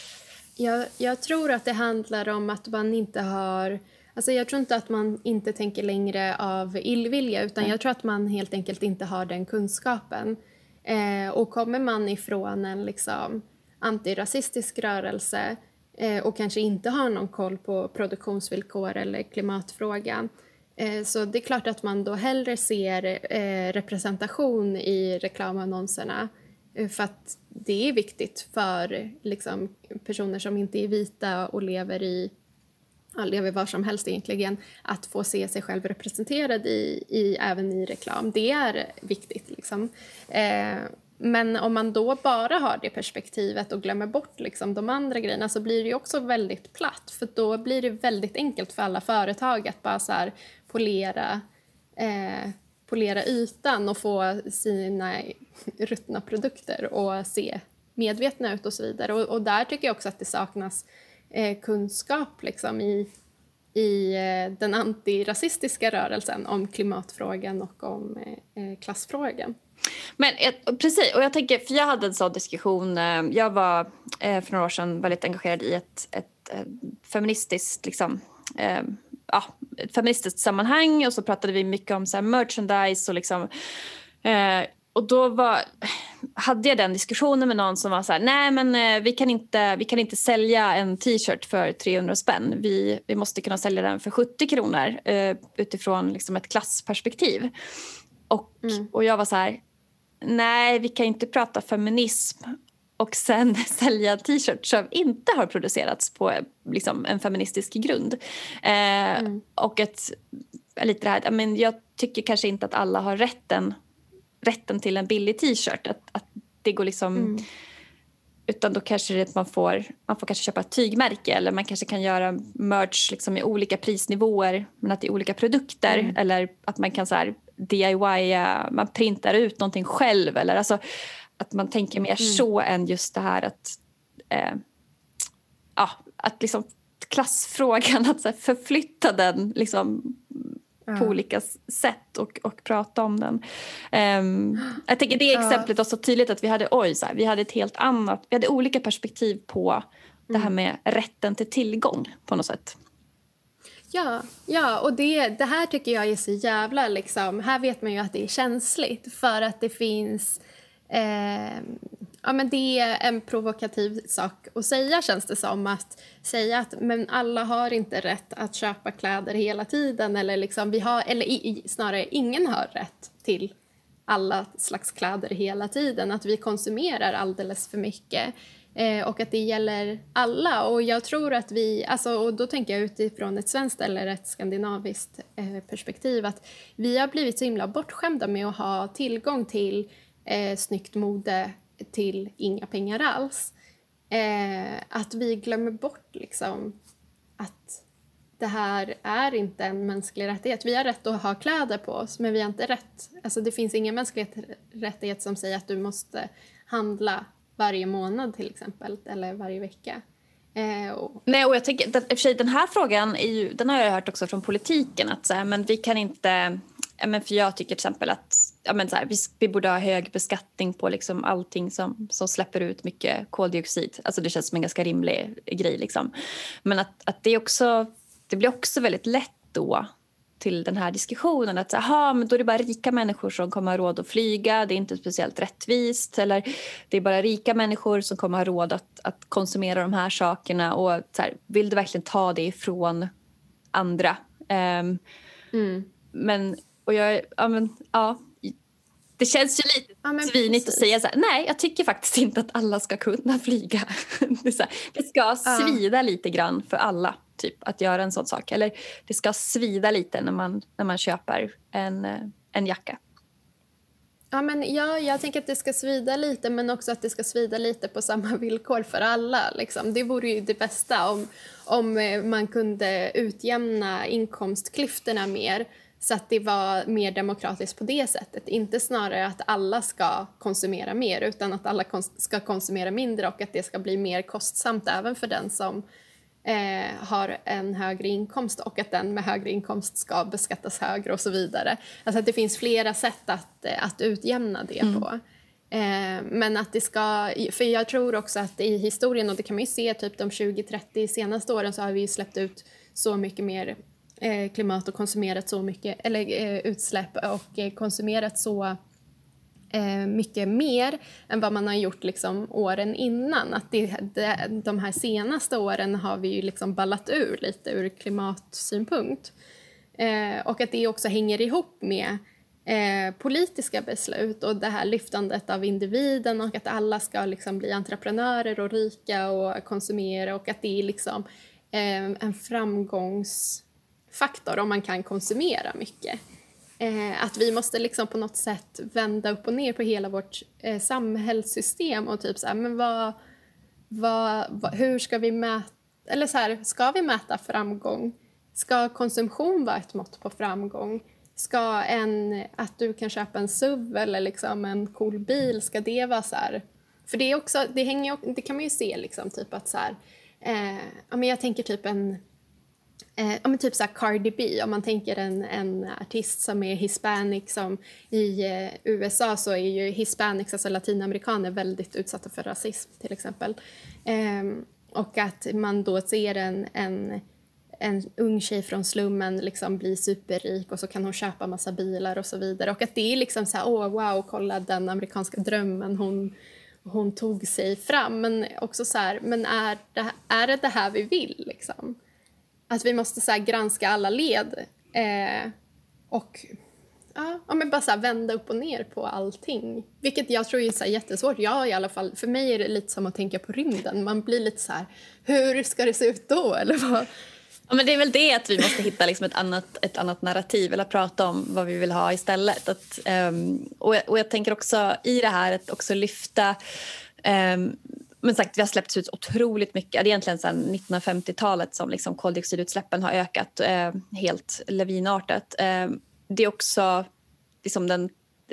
Jag, jag tror att det handlar om att man inte har... Alltså jag tror inte att man inte tänker längre av illvilja, utan mm. jag tror att man helt enkelt inte har den kunskapen. Eh, och kommer man ifrån en liksom antirasistisk rörelse eh, och kanske inte har någon koll på produktionsvillkor eller klimatfrågan, eh, så det är klart att man då hellre ser eh, representation i reklamannonserna, eh, för att det är viktigt för liksom, personer som inte är vita och lever i lever var som helst egentligen, att få se sig själv representerad i, i, även i reklam. Det är viktigt. Liksom. Eh, men om man då bara har det perspektivet och glömmer bort liksom, de andra grejerna, så blir det ju också väldigt platt. För då blir det väldigt enkelt för alla företag att bara så här polera, eh, polera ytan och få sina ruttna produkter och se medvetna ut och så vidare. Och, och där tycker jag också att det saknas Eh, kunskap liksom, i, i eh, den antirasistiska rörelsen om klimatfrågan och om eh, klassfrågan. Men ett, precis, och jag tänker, för jag hade en sån diskussion, eh, jag var eh, för några år sedan väldigt engagerad i ett, ett, ett feministiskt liksom, eh, ja, ett feministiskt sammanhang, och så pratade vi mycket om så här, merchandise och liksom eh, och då var, hade jag den diskussionen med någon som var så här, nej men eh, vi kan inte, vi kan inte sälja en t-shirt för trehundra spänn. Vi, vi måste kunna sälja den för sjuttio kronor eh, utifrån liksom ett klassperspektiv. Och, mm. och jag var så här, nej vi kan inte prata feminism och sen sälja en t-shirt som inte har producerats på liksom, en feministisk grund. Eh, mm. Och ett, lite det här, men jag tycker kanske inte att alla har rätten rätten till en billig t-shirt, att, att det går liksom mm. utan då kanske det man får man får kanske köpa ett tygmärke, eller man kanske kan göra merch liksom i olika prisnivåer, men att det är olika produkter, mm. eller att man kan så här D I Y, man printar ut någonting själv, eller alltså att man tänker mer mm. så än just det här att eh, ja, att liksom klassfrågan, att så här förflytta den liksom på olika sätt och, och prata om den. Um, jag tänker det exemplet var så tydligt att vi hade, oj, så här, vi hade ett helt annat, vi hade olika perspektiv på mm. det här med rätten till tillgång på något sätt. Ja, ja och det, det här tycker jag är så jävla liksom, här vet man ju att det är känsligt för att det finns eh, ja men det är en provokativ sak att säga, känns det som, att säga att men alla har inte rätt att köpa kläder hela tiden, eller liksom vi har, eller i, snarare ingen har rätt till alla slags kläder hela tiden, att vi konsumerar alldeles för mycket eh, och att det gäller alla. Och jag tror att vi, alltså, och då tänker jag utifrån ett svenskt eller ett skandinaviskt eh, perspektiv, att vi har blivit så himla bortskämda med att ha tillgång till eh, snyggt mode till inga pengar alls. Eh, att vi glömmer bort liksom att det här är inte en mänsklig rättighet. Vi har rätt att ha kläder på oss, men vi har inte rätt. Alltså det finns ingen mänsklig rättighet som säger att du måste handla varje månad till exempel, eller varje vecka. Eh, och... Nej, och jag tänker, den, i och för sig, den här frågan är ju, den har jag hört också från politiken, att så här, men vi kan inte, ja, men för jag tycker till exempel att ja, men så här, vi, vi borde ha hög beskattning på liksom allting som, som släpper ut mycket koldioxid. Alltså det känns som en ganska rimlig grej liksom. Men att, att det också, det blir också väldigt lätt då till den här diskussionen. Att aha, men då är det bara rika människor som kommer ha råd att flyga. Det är inte speciellt rättvist. Eller det är bara rika människor som kommer ha råd att, att konsumera de här sakerna. Och så här, vill du verkligen ta det ifrån andra? Um, mm. Men, och jag, ja, men, ja. Det känns ju lite ja, svinigt precis. Att säga så här, nej, jag tycker faktiskt inte att alla ska kunna flyga. Det, är så här, det ska svida ja. lite grann för alla, typ, att göra en sån sak. Eller det ska svida lite när man, när man köper en, en jacka. Ja, men ja, jag tänker att det ska svida lite, men också att det ska svida lite på samma villkor för alla. Liksom. Det vore ju det bästa om, om man kunde utjämna inkomstklyftorna mer, så att det var mer demokratiskt på det sättet. Inte snarare att alla ska konsumera mer, utan att alla kons- ska konsumera mindre, och att det ska bli mer kostsamt även för den som eh, har en högre inkomst, och att den med högre inkomst ska beskattas högre och så vidare. Alltså att det finns flera sätt att, att utjämna det mm. på. Eh, men att det ska, för jag tror också att i historien, och det kan man ju se typ de tjugo trettio senaste åren, så har vi ju släppt ut så mycket mer eh, klimat och konsumerat så mycket, eller eh, utsläpp och eh, konsumerat så eh, mycket mer än vad man har gjort liksom åren innan. Att det, det, de här senaste åren har vi ju liksom ballat ur lite ur klimatsynpunkt. Eh, och att det också hänger ihop med Eh, politiska beslut och det här lyftandet av individen, och att alla ska liksom bli entreprenörer och rika och konsumera, och att det är liksom eh, en framgångsfaktor om man kan konsumera mycket. Eh, att vi måste liksom på något sätt vända upp och ner på hela vårt eh, samhällssystem och typ så här, men vad, vad, vad, hur ska vi mäta, eller så här, ska vi mäta framgång? Ska konsumtion vara ett mått på framgång? Ska en, att du kan köpa en S U V eller liksom en cool bil, ska det vara så här? För det är också, det hänger, det kan man ju se liksom typ att så här, eh, ja men jag tänker typ en, eh, ja men typ så här Cardi B, om man tänker en, en artist som är hispanic, som i eh, U S A så är ju hispanics, alltså latinamerikaner, väldigt utsatta för rasism till exempel. Eh, och att man då ser en, en en ung tjej från slummen liksom blir superrik, och så kan hon köpa massa bilar och så vidare. Och att det är liksom så här, åh wow, kolla den amerikanska drömmen hon, hon tog sig fram. Men också så här, men är det, är det det här vi vill liksom? Att vi måste så här granska alla led eh, och ja, men bara så här vända upp och ner på allting. Vilket jag tror är så här jättesvårt. Jag i alla fall, för mig är det lite som att tänka på rymden. Man blir lite så här, hur ska det se ut då? Eller vad? Ja, men det är väl det att vi måste hitta liksom ett, annat, ett annat narrativ, eller prata om vad vi vill ha istället. Att, um, och, jag, och jag tänker också i det här att också lyfta... Um, men sagt, vi har släppts ut otroligt mycket. Det är egentligen sedan nittonhundrafemtiotalet som liksom koldioxidutsläppen har ökat uh, helt lavinartat. Uh, det är också liksom den,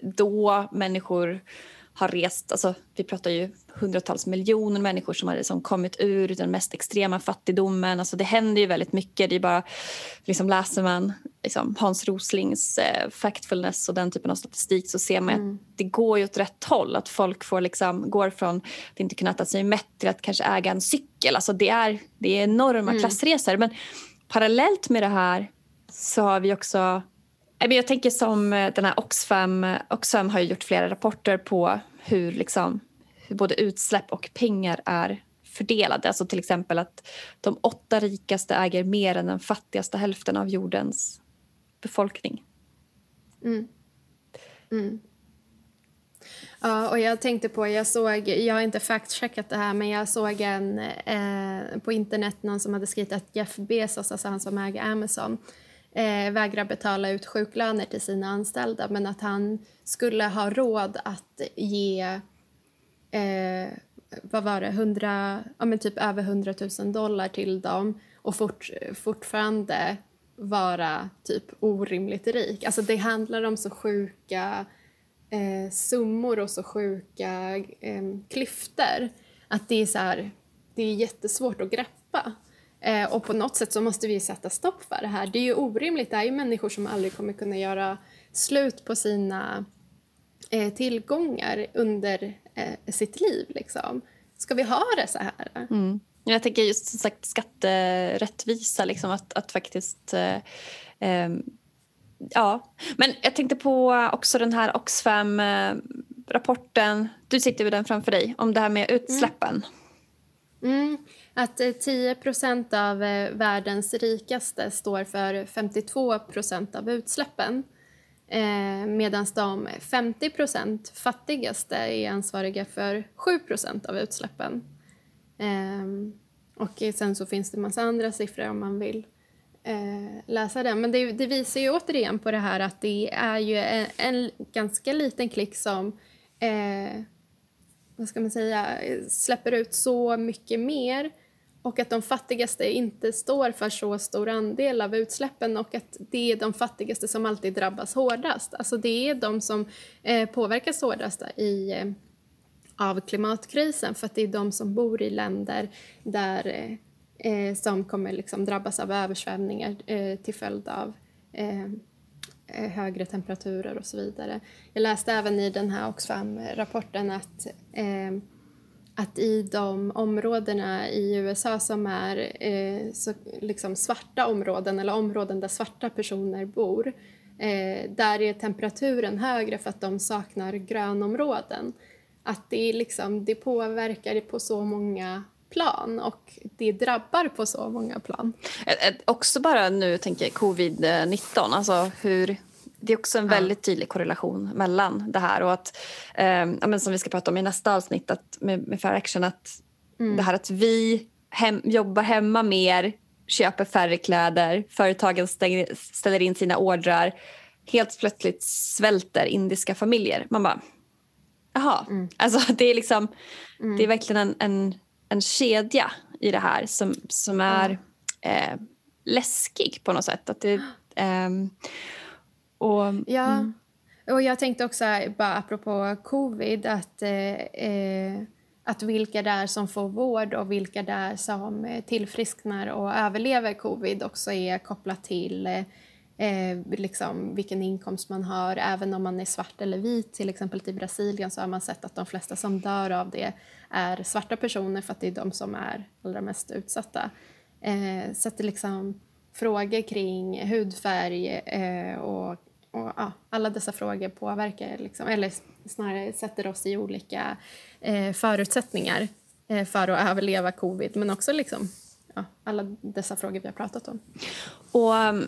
då människor har rest, alltså vi pratar ju hundratals miljoner människor som har liksom kommit ur den mest extrema fattigdomen. Alltså det händer ju väldigt mycket. Det är bara, liksom läser man liksom Hans Roslings eh, Factfulness och den typen av statistik, så ser man mm. att det går ju åt rätt håll. Att folk får liksom, går från att inte kunna äta sig mätt till att kanske äga en cykel. Alltså det är, det är enorma mm. klassresor. Men parallellt med det här så har vi också... Jag tänker som den här Oxfam, Oxfam har ju gjort flera rapporter på hur, liksom, hur både utsläpp och pengar är fördelade. Alltså till exempel att de åtta rikaste äger mer än den fattigaste hälften av jordens befolkning. Mm. Mm. Ja, och jag tänkte på, jag såg, jag har inte fact-checkat det här, men jag såg en eh, på internet någon som hade skrivit att Jeff Bezos, alltså han som äger Amazon, Eh, vägrar betala ut sjuklöner till sina anställda, men att han skulle ha råd att ge eh, vad var det, hundra, ja, men typ över hundratusen dollar till dem och fort, fortfarande vara typ orimligt rik. Alltså det handlar om så sjuka eh, summor och så sjuka eh, klyftor att det är så här, det är jättesvårt att greppa. Eh, och på något sätt så måste vi sätta stopp för det här. Det är ju orimligt. Det är ju människor som aldrig kommer kunna göra slut på sina eh, tillgångar under eh, sitt liv. Liksom. Ska vi ha det så här? Mm. Jag tänker just som sagt skatterättvisa. Liksom, att, att faktiskt... Eh, eh, ja, men jag tänkte på också den här Oxfam-rapporten. Du sitter med den framför dig om det här med utsläppen. Mm. Mm. Att tio procent av världens rikaste står för femtiotvå procent av utsläppen. Eh, medan de femtio procent fattigaste är ansvariga för sju procent av utsläppen. Eh, och sen så finns det en massa andra siffror om man vill eh, läsa det. Men det, det visar ju återigen på det här att det är ju en, en ganska liten klick som eh, vad ska man säga, släpper ut så mycket mer. Och att de fattigaste inte står för så stor andel av utsläppen och att det är de fattigaste som alltid drabbas hårdast. Alltså det är de som eh, påverkas hårdast i, eh, av klimatkrisen för att det är de som bor i länder där, eh, som kommer liksom drabbas av översvämningar eh, till följd av eh, högre temperaturer och så vidare. Jag läste även i den här Oxfam-rapporten att eh, att i de områdena i U S A som är eh, så, liksom svarta områden eller områden där svarta personer bor, eh, där är temperaturen högre för att de saknar grönområden. Att det, liksom, det påverkar på så många plan och det drabbar på så många plan. Också bara nu tänker jag covid nitton, alltså hur... Det är också en väldigt tydlig korrelation mellan det här och att, eh, ja, men som vi ska prata om i nästa avsnitt att, med, med Fair Action, att mm. det här att vi hem, jobbar hemma mer, köper färre kläder, företagen stänger, ställer in sina ordrar, helt plötsligt svälter indiska familjer. Man bara, jaha, mm. alltså det är liksom, mm. det är verkligen en, en, en kedja i det här som, som är mm. eh, läskig på något sätt. Att det... Eh, Och, ja, mm. och jag tänkte också bara apropå covid att, eh, att vilka det är som får vård och vilka det är som tillfrisknar och överlever covid också är kopplat till eh, liksom vilken inkomst man har. Även om man är svart eller vit, till exempel i Brasilien så har man sett att de flesta som dör av det är svarta personer för att det är de som är allra mest utsatta. Eh, så att det liksom... Frågor kring hudfärg eh, och, och ja, alla dessa frågor påverkar, liksom, eller snarare sätter oss i olika eh, förutsättningar eh, för att överleva covid. Men också liksom, ja, alla dessa frågor vi har pratat om. Och um,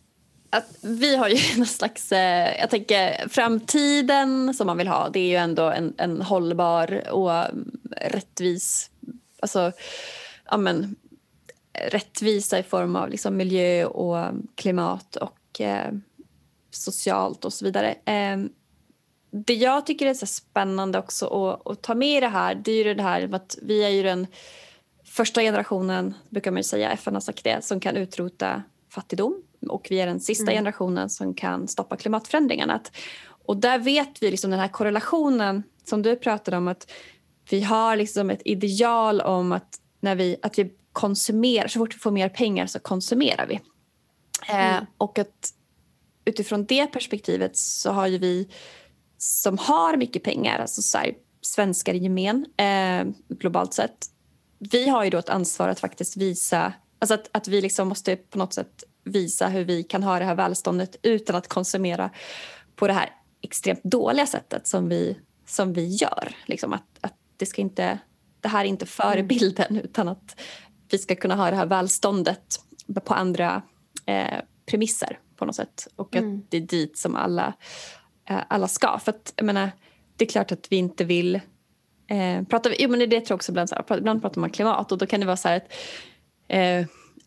att vi har ju någon slags, eh, jag tänker framtiden som man vill ha, det är ju ändå en, en hållbar och rättvis, alltså, ja men, rättvisa i form av liksom miljö och klimat och eh, socialt och så vidare. Eh, det jag tycker är så spännande också att, att ta med i det här, det är ju det här att vi är ju den första generationen, brukar man ju säga, F N har sagt det, som kan utrota fattigdom och vi är den sista mm. generationen som kan stoppa klimatförändringarna. Att, och där vet vi liksom den här korrelationen som du pratade om, att vi har liksom ett ideal om att när vi, att vi konsumerar, så fort vi får mer pengar så konsumerar vi. Mm. Eh, och att utifrån det perspektivet så har ju vi som har mycket pengar, alltså så här, svenskar i gemen, eh, globalt sett, vi har ju då ett ansvar att faktiskt visa, alltså att, att vi liksom måste på något sätt visa hur vi kan ha det här välståndet utan att konsumera på det här extremt dåliga sättet som vi, som vi gör. Liksom att, att det ska inte, det här är inte förebilden mm. utan att vi ska kunna ha det här välståndet på andra eh, premisser på något sätt. Och att mm. det är dit som alla, eh, alla ska. För att, jag menar, det är klart att vi inte vill eh, prata... Jo, men det tror jag också ibland. Så här, ibland pratar man klimat och då kan det vara så här att... Eh,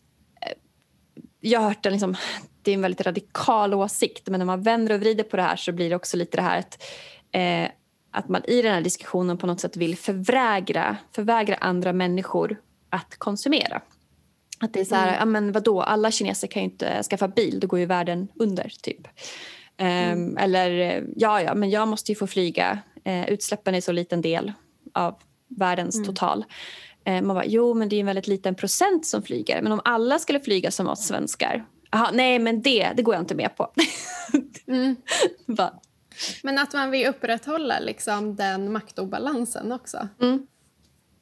jag har hört en, liksom, det är en väldigt radikal åsikt. Men när man vänder och vrider på det här så blir det också lite det här att... Eh, att man i den här diskussionen på något sätt vill förvägra, förvägra andra människor att konsumera. Att det är så här, mm. ja men vadå, alla kineser kan ju inte skaffa bil, då går ju världen under typ. Mm. Um, eller ja, ja, men jag måste ju få flyga. Uh, utsläppen är så liten del av världens mm. total. Uh, man bara, jo men det är en väldigt liten procent som flyger. Men om alla skulle flyga som oss svenskar, aha, nej men det, det går jag inte med på. mm. bara. Men att man vill upprätthålla liksom den maktobalansen också. Mm.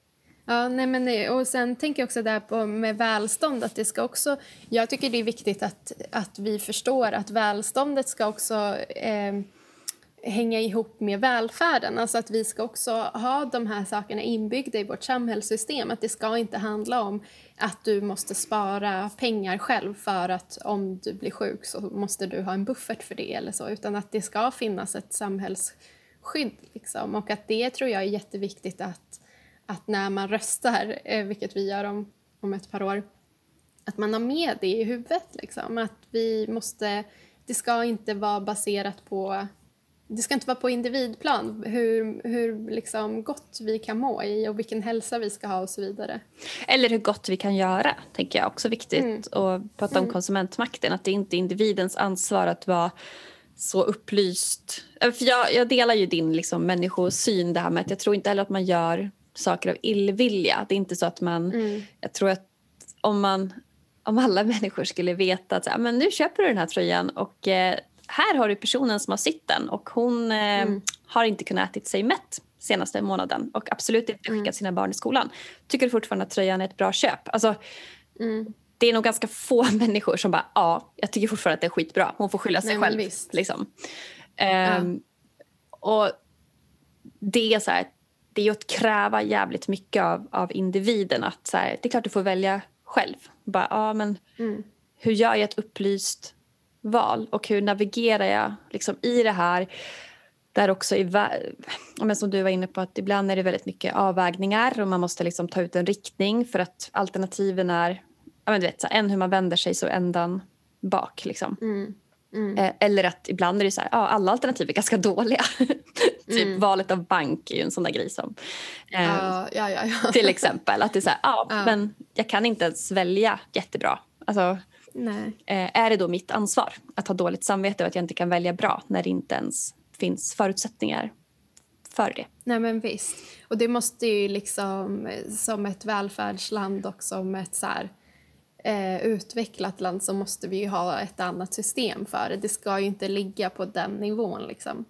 Ja, nej men, och sen tänker jag också där på med välstånd att det ska också, jag tycker det är viktigt att, att vi förstår att välståndet ska också eh, hänga ihop med välfärden. Alltså att vi ska också ha de här sakerna inbyggda i vårt samhällssystem. Att det ska inte handla om att du måste spara pengar själv för att om du blir sjuk så måste du ha en buffert för det eller så. Utan att det ska finnas ett samhällsskydd liksom. Och att det tror jag är jätteviktigt att, att när man röstar, eh, vilket vi gör om, om ett par år, att man har med det i huvudet liksom. Att vi måste, det ska inte vara baserat på, det ska inte vara på individplan hur, hur liksom gott vi kan må i och vilken hälsa vi ska ha och så vidare. Eller hur gott vi kan göra, tänker jag också viktigt. Mm. Och prata om Mm. konsumentmakten, att det inte är individens ansvar att vara så upplyst. För jag, jag delar ju din liksom, människosyn, det här med att jag tror inte heller att man gör saker av illvilja. Det är inte så att man, Mm. jag tror att om man, om alla människor skulle veta att så här, men nu köper du den här tröjan och eh, här har du personen som har sytt den och hon eh, Mm. har inte kunnat äta sig mätt senaste månaden och absolut inte skickat Mm. sina barn i skolan. Tycker fortfarande att tröjan är ett bra köp. Alltså, Mm. det är nog ganska få människor som bara, ja, jag tycker fortfarande att det är skitbra. Hon får skylla sig Nej, men själv. visst. Liksom. Ehm, och det är så här, det är att kräva jävligt mycket av, av individen. Att så här, det är klart du får välja själv. Bara, ja, men Mm. hur gör jag ett upplyst val? Och hur navigerar jag liksom, i det här? Där också i, ja, men som du var inne på, att ibland är det väldigt mycket avvägningar och man måste liksom ta ut en riktning för att alternativen är, ja, men du vet, så här, en hur man vänder sig så ändan bak liksom. Mm. Mm. Eh, eller att ibland är det så här, ja, alla alternativ är ganska dåliga. Typ Mm. valet av bank är ju en sån där grej som eh, Ja, ja, ja, ja. till exempel att det är så här, ja, Ja. men jag kan inte ens välja jättebra. Alltså, Nej. eh, är det då mitt ansvar att ha dåligt samvete och att jag inte kan välja bra när det inte ens finns förutsättningar för det? Nej, men visst. Och det måste ju liksom eh, som ett välfärdsland och som ett så här, eh, utvecklat land så måste vi ju ha ett annat system för det. Det ska ju inte ligga på den nivån liksom.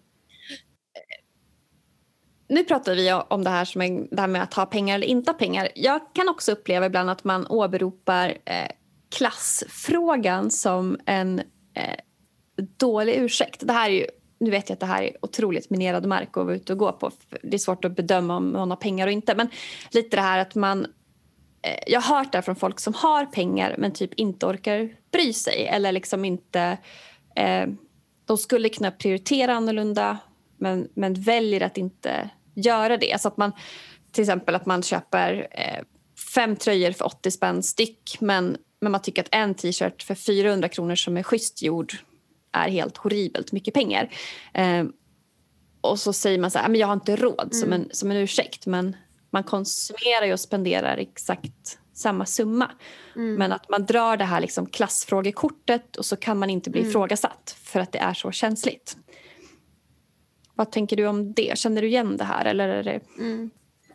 Nu pratar vi om det här, som är, det här med att ha pengar eller inte ha pengar. Jag kan också uppleva ibland att man åberopar eh, klassfrågan som en eh, dålig ursäkt. Det här är ju, nu vet jag att det här är otroligt minerad mark att vara ute och gå på. Det är svårt att bedöma om man har pengar och inte. Men lite det här att man... Eh, jag har hört det från folk som har pengar men typ inte orkar bry sig. Eller liksom inte... Eh, de skulle kunna prioritera annorlunda men, men väljer att inte göra det. Alltså att man, till exempel att man köper eh, fem tröjor för åttio spänn styck men, men man tycker att en t-shirt för fyrahundra kronor som är schysst gjord är helt horribelt mycket pengar. Eh, och så säger man så här, men jag har inte råd mm. som, en, som en ursäkt. Men man konsumerar ju och spenderar exakt samma summa. Mm. Men att man drar det här liksom klassfrågekortet och så kan man inte bli mm. ifrågasatt för att det är så känsligt. Vad tänker du om det? Känner du igen det här? Eller är det... mm.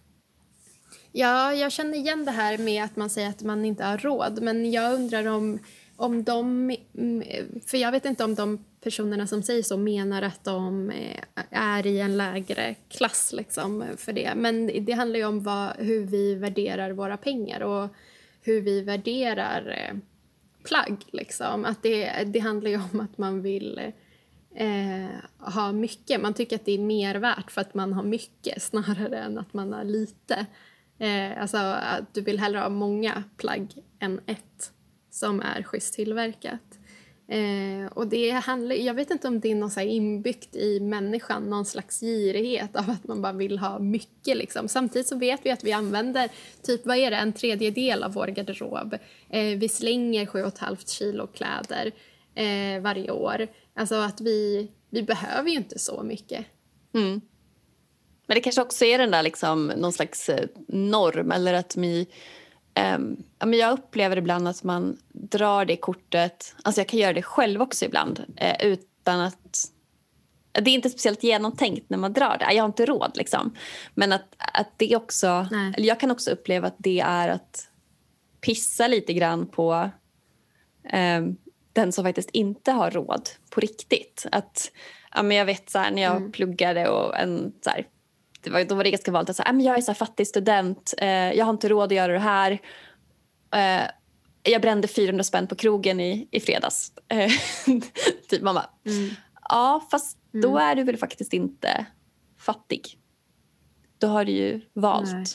Ja, jag känner igen det här med att man säger att man inte har råd. Men jag undrar om, om de... För jag vet inte om de personerna som säger så menar att de är i en lägre klass liksom för det. Men det handlar ju om vad, hur vi värderar våra pengar och hur vi värderar plagg. Liksom. Att det, det handlar ju om att man vill... Eh, ha mycket. Man tycker att det är mer värt för att man har mycket snarare än att man har lite. Eh, alltså att du vill hellre ha många plagg än ett som är schysst tillverkat. Eh, och det handlar, jag vet inte om det är något så här inbyggt i människan, någon slags girighet av att man bara vill ha mycket liksom. Samtidigt så vet vi att vi använder typ, vad är det, en tredjedel av vår garderob. Eh, vi slänger sju och ett halvt kilo kläder eh, varje år. Alltså att vi, vi behöver ju inte så mycket. Mm. Men det kanske också är den där liksom, någon slags norm. Eller att vi, um, ja, men jag upplever ibland att man drar det kortet. Alltså jag kan göra det själv också ibland. Eh, utan att... Det är inte speciellt genomtänkt när man drar det. Jag har inte råd liksom. Men att, att det också... Nej. Eller jag kan också uppleva att det är att pissa lite grann på... Um, den som faktiskt inte har råd på riktigt. Att, ja, men jag vet så här, när jag mm. pluggade och en så här, det var, då var det ganska vanligt att säga, men jag är så här fattig student, eh, jag har inte råd att göra det här. Eh, jag brände fyrahundra spänn på krogen i, i fredags. Eh, typ mamma. Mm. Ja, fast mm. då är du väl faktiskt inte fattig. Då har du ju valt. Nej.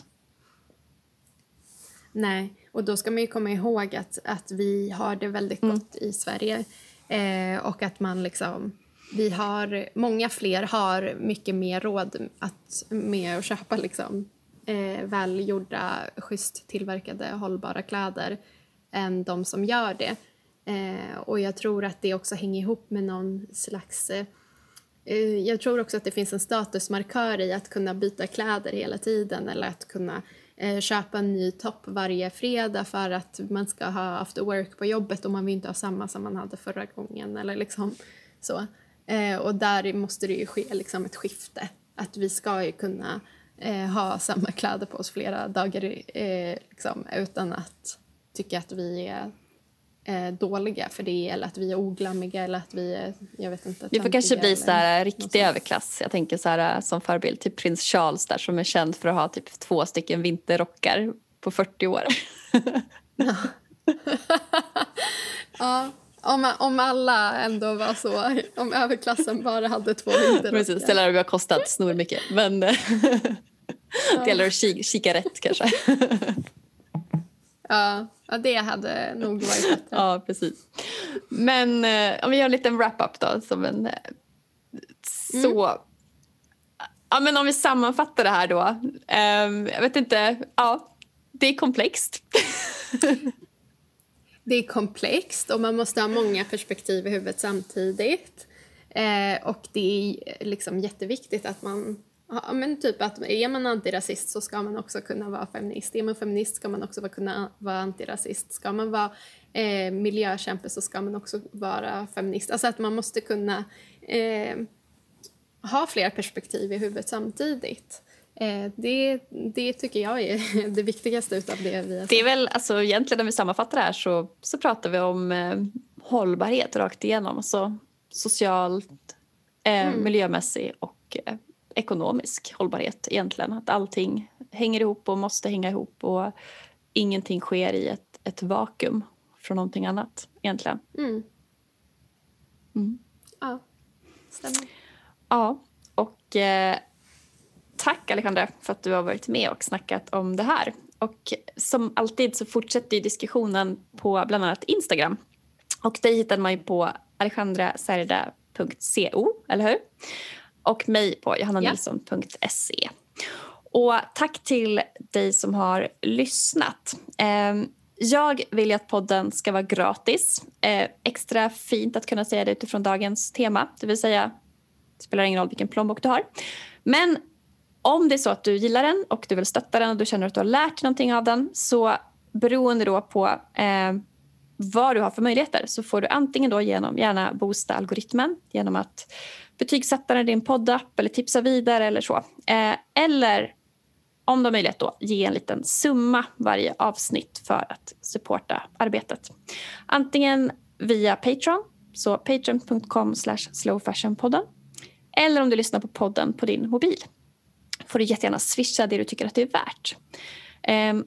Nej, och då ska man ju komma ihåg att, att vi har det väldigt mm. gott i Sverige. Eh, och att man liksom, vi har, många fler har mycket mer råd att, med att köpa liksom, eh, välgjorda, schysst tillverkade, hållbara kläder än de som gör det. Eh, och jag tror att det också hänger ihop med någon slags... Eh, jag tror också att det finns en statusmarkör i att kunna byta kläder hela tiden eller att kunna eh, köpa en ny topp varje fredag för att man ska ha after work på jobbet och man vill inte ha samma som man hade förra gången eller liksom så. Eh, och där måste det ju ske liksom ett skifte. Att vi ska ju kunna eh, ha samma kläder på oss flera dagar eh, liksom, utan att tycka att vi är eh, dåliga för det eller att vi är oglammiga eller att vi är, jag vet inte. Vi får kanske bli så här riktig överklass. Jag tänker så här som förebild till prins Charles där som är känd för att ha typ två stycken vinterrockar på fyrtio år. Ja. Ja. Om, om alla ändå var så, om överklassen bara hade två vinterrockar. Precis, det lär det ha kostat snor mycket. Men det gäller att kika, kika rätt kanske. Ja, ja, det hade nog varit bättre. Ja, precis. Men eh, om vi gör en liten wrap-up då. Som en, eh, så... Mm. Ja, men om vi sammanfattar det här då. Eh, jag vet inte, ja, det är komplext. Det är komplext och man måste ha många perspektiv i huvudet samtidigt. Eh, och det är liksom jätteviktigt att man... Ja, men typ att är man antirasist så ska man också kunna vara feminist. Är man feminist ska man också kunna vara antirasist. Ska man vara eh, miljökämpe så ska man också vara feminist. Alltså att man måste kunna eh, ha flera perspektiv i huvudet samtidigt. Eh, det, det tycker jag är det viktigaste utav det vi har sagt. Det är väl, alltså egentligen när vi sammanfattar det här så, så pratar vi om eh, hållbarhet rakt igenom. Alltså socialt, eh, mm. miljömässig och eh, ekonomisk hållbarhet egentligen. Att allting hänger ihop och måste hänga ihop och ingenting sker i ett, ett vakuum från någonting annat egentligen. Mm. Mm. Ja, stämmer. Ja, och eh, tack Alejandra för att du har varit med och snackat om det här. Och som alltid så fortsätter ju diskussionen på bland annat Instagram. Och det hittar man ju på alejandra punkt co, eller hur? Och mig på johanna nilsson punkt se. Och tack till dig som har lyssnat. Jag vill att podden ska vara gratis. Extra fint att kunna säga det utifrån dagens tema. Det vill säga, det spelar ingen roll vilken plånbok du har. Men om det är så att du gillar den och du vill stötta den och du känner att du har lärt någonting av den, så beroende då på eh, vad du har för möjligheter så får du antingen då genom, gärna boosta algoritmen genom att betygsätta den i din poddapp eller tipsa vidare eller så. Eh, eller om du har möjlighet då ge en liten summa varje avsnitt för att supporta arbetet. Antingen via Patreon, så patreon punkt com slash slowfashionpodden, eller om du lyssnar på podden på din mobil får du jättegärna swisha det du tycker att det är värt. Eh,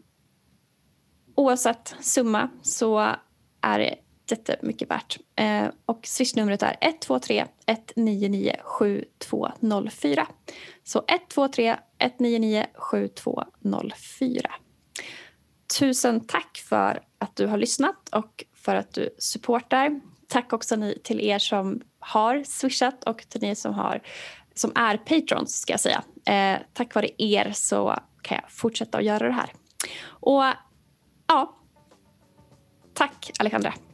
oavsett summa så är det jättemycket värt. Eh, och swishnumret är ett två tre ett nio nio sju två noll fyra. Så ett två tre ett nio nio sju två noll fyra. Tusen tack för att du har lyssnat och för att du supportar. Tack också ni, till er som har swishat och till ni som, har, som är patrons ska jag säga. Eh, tack vare er så kan jag fortsätta att göra det här. Och ja, tack Alejandra.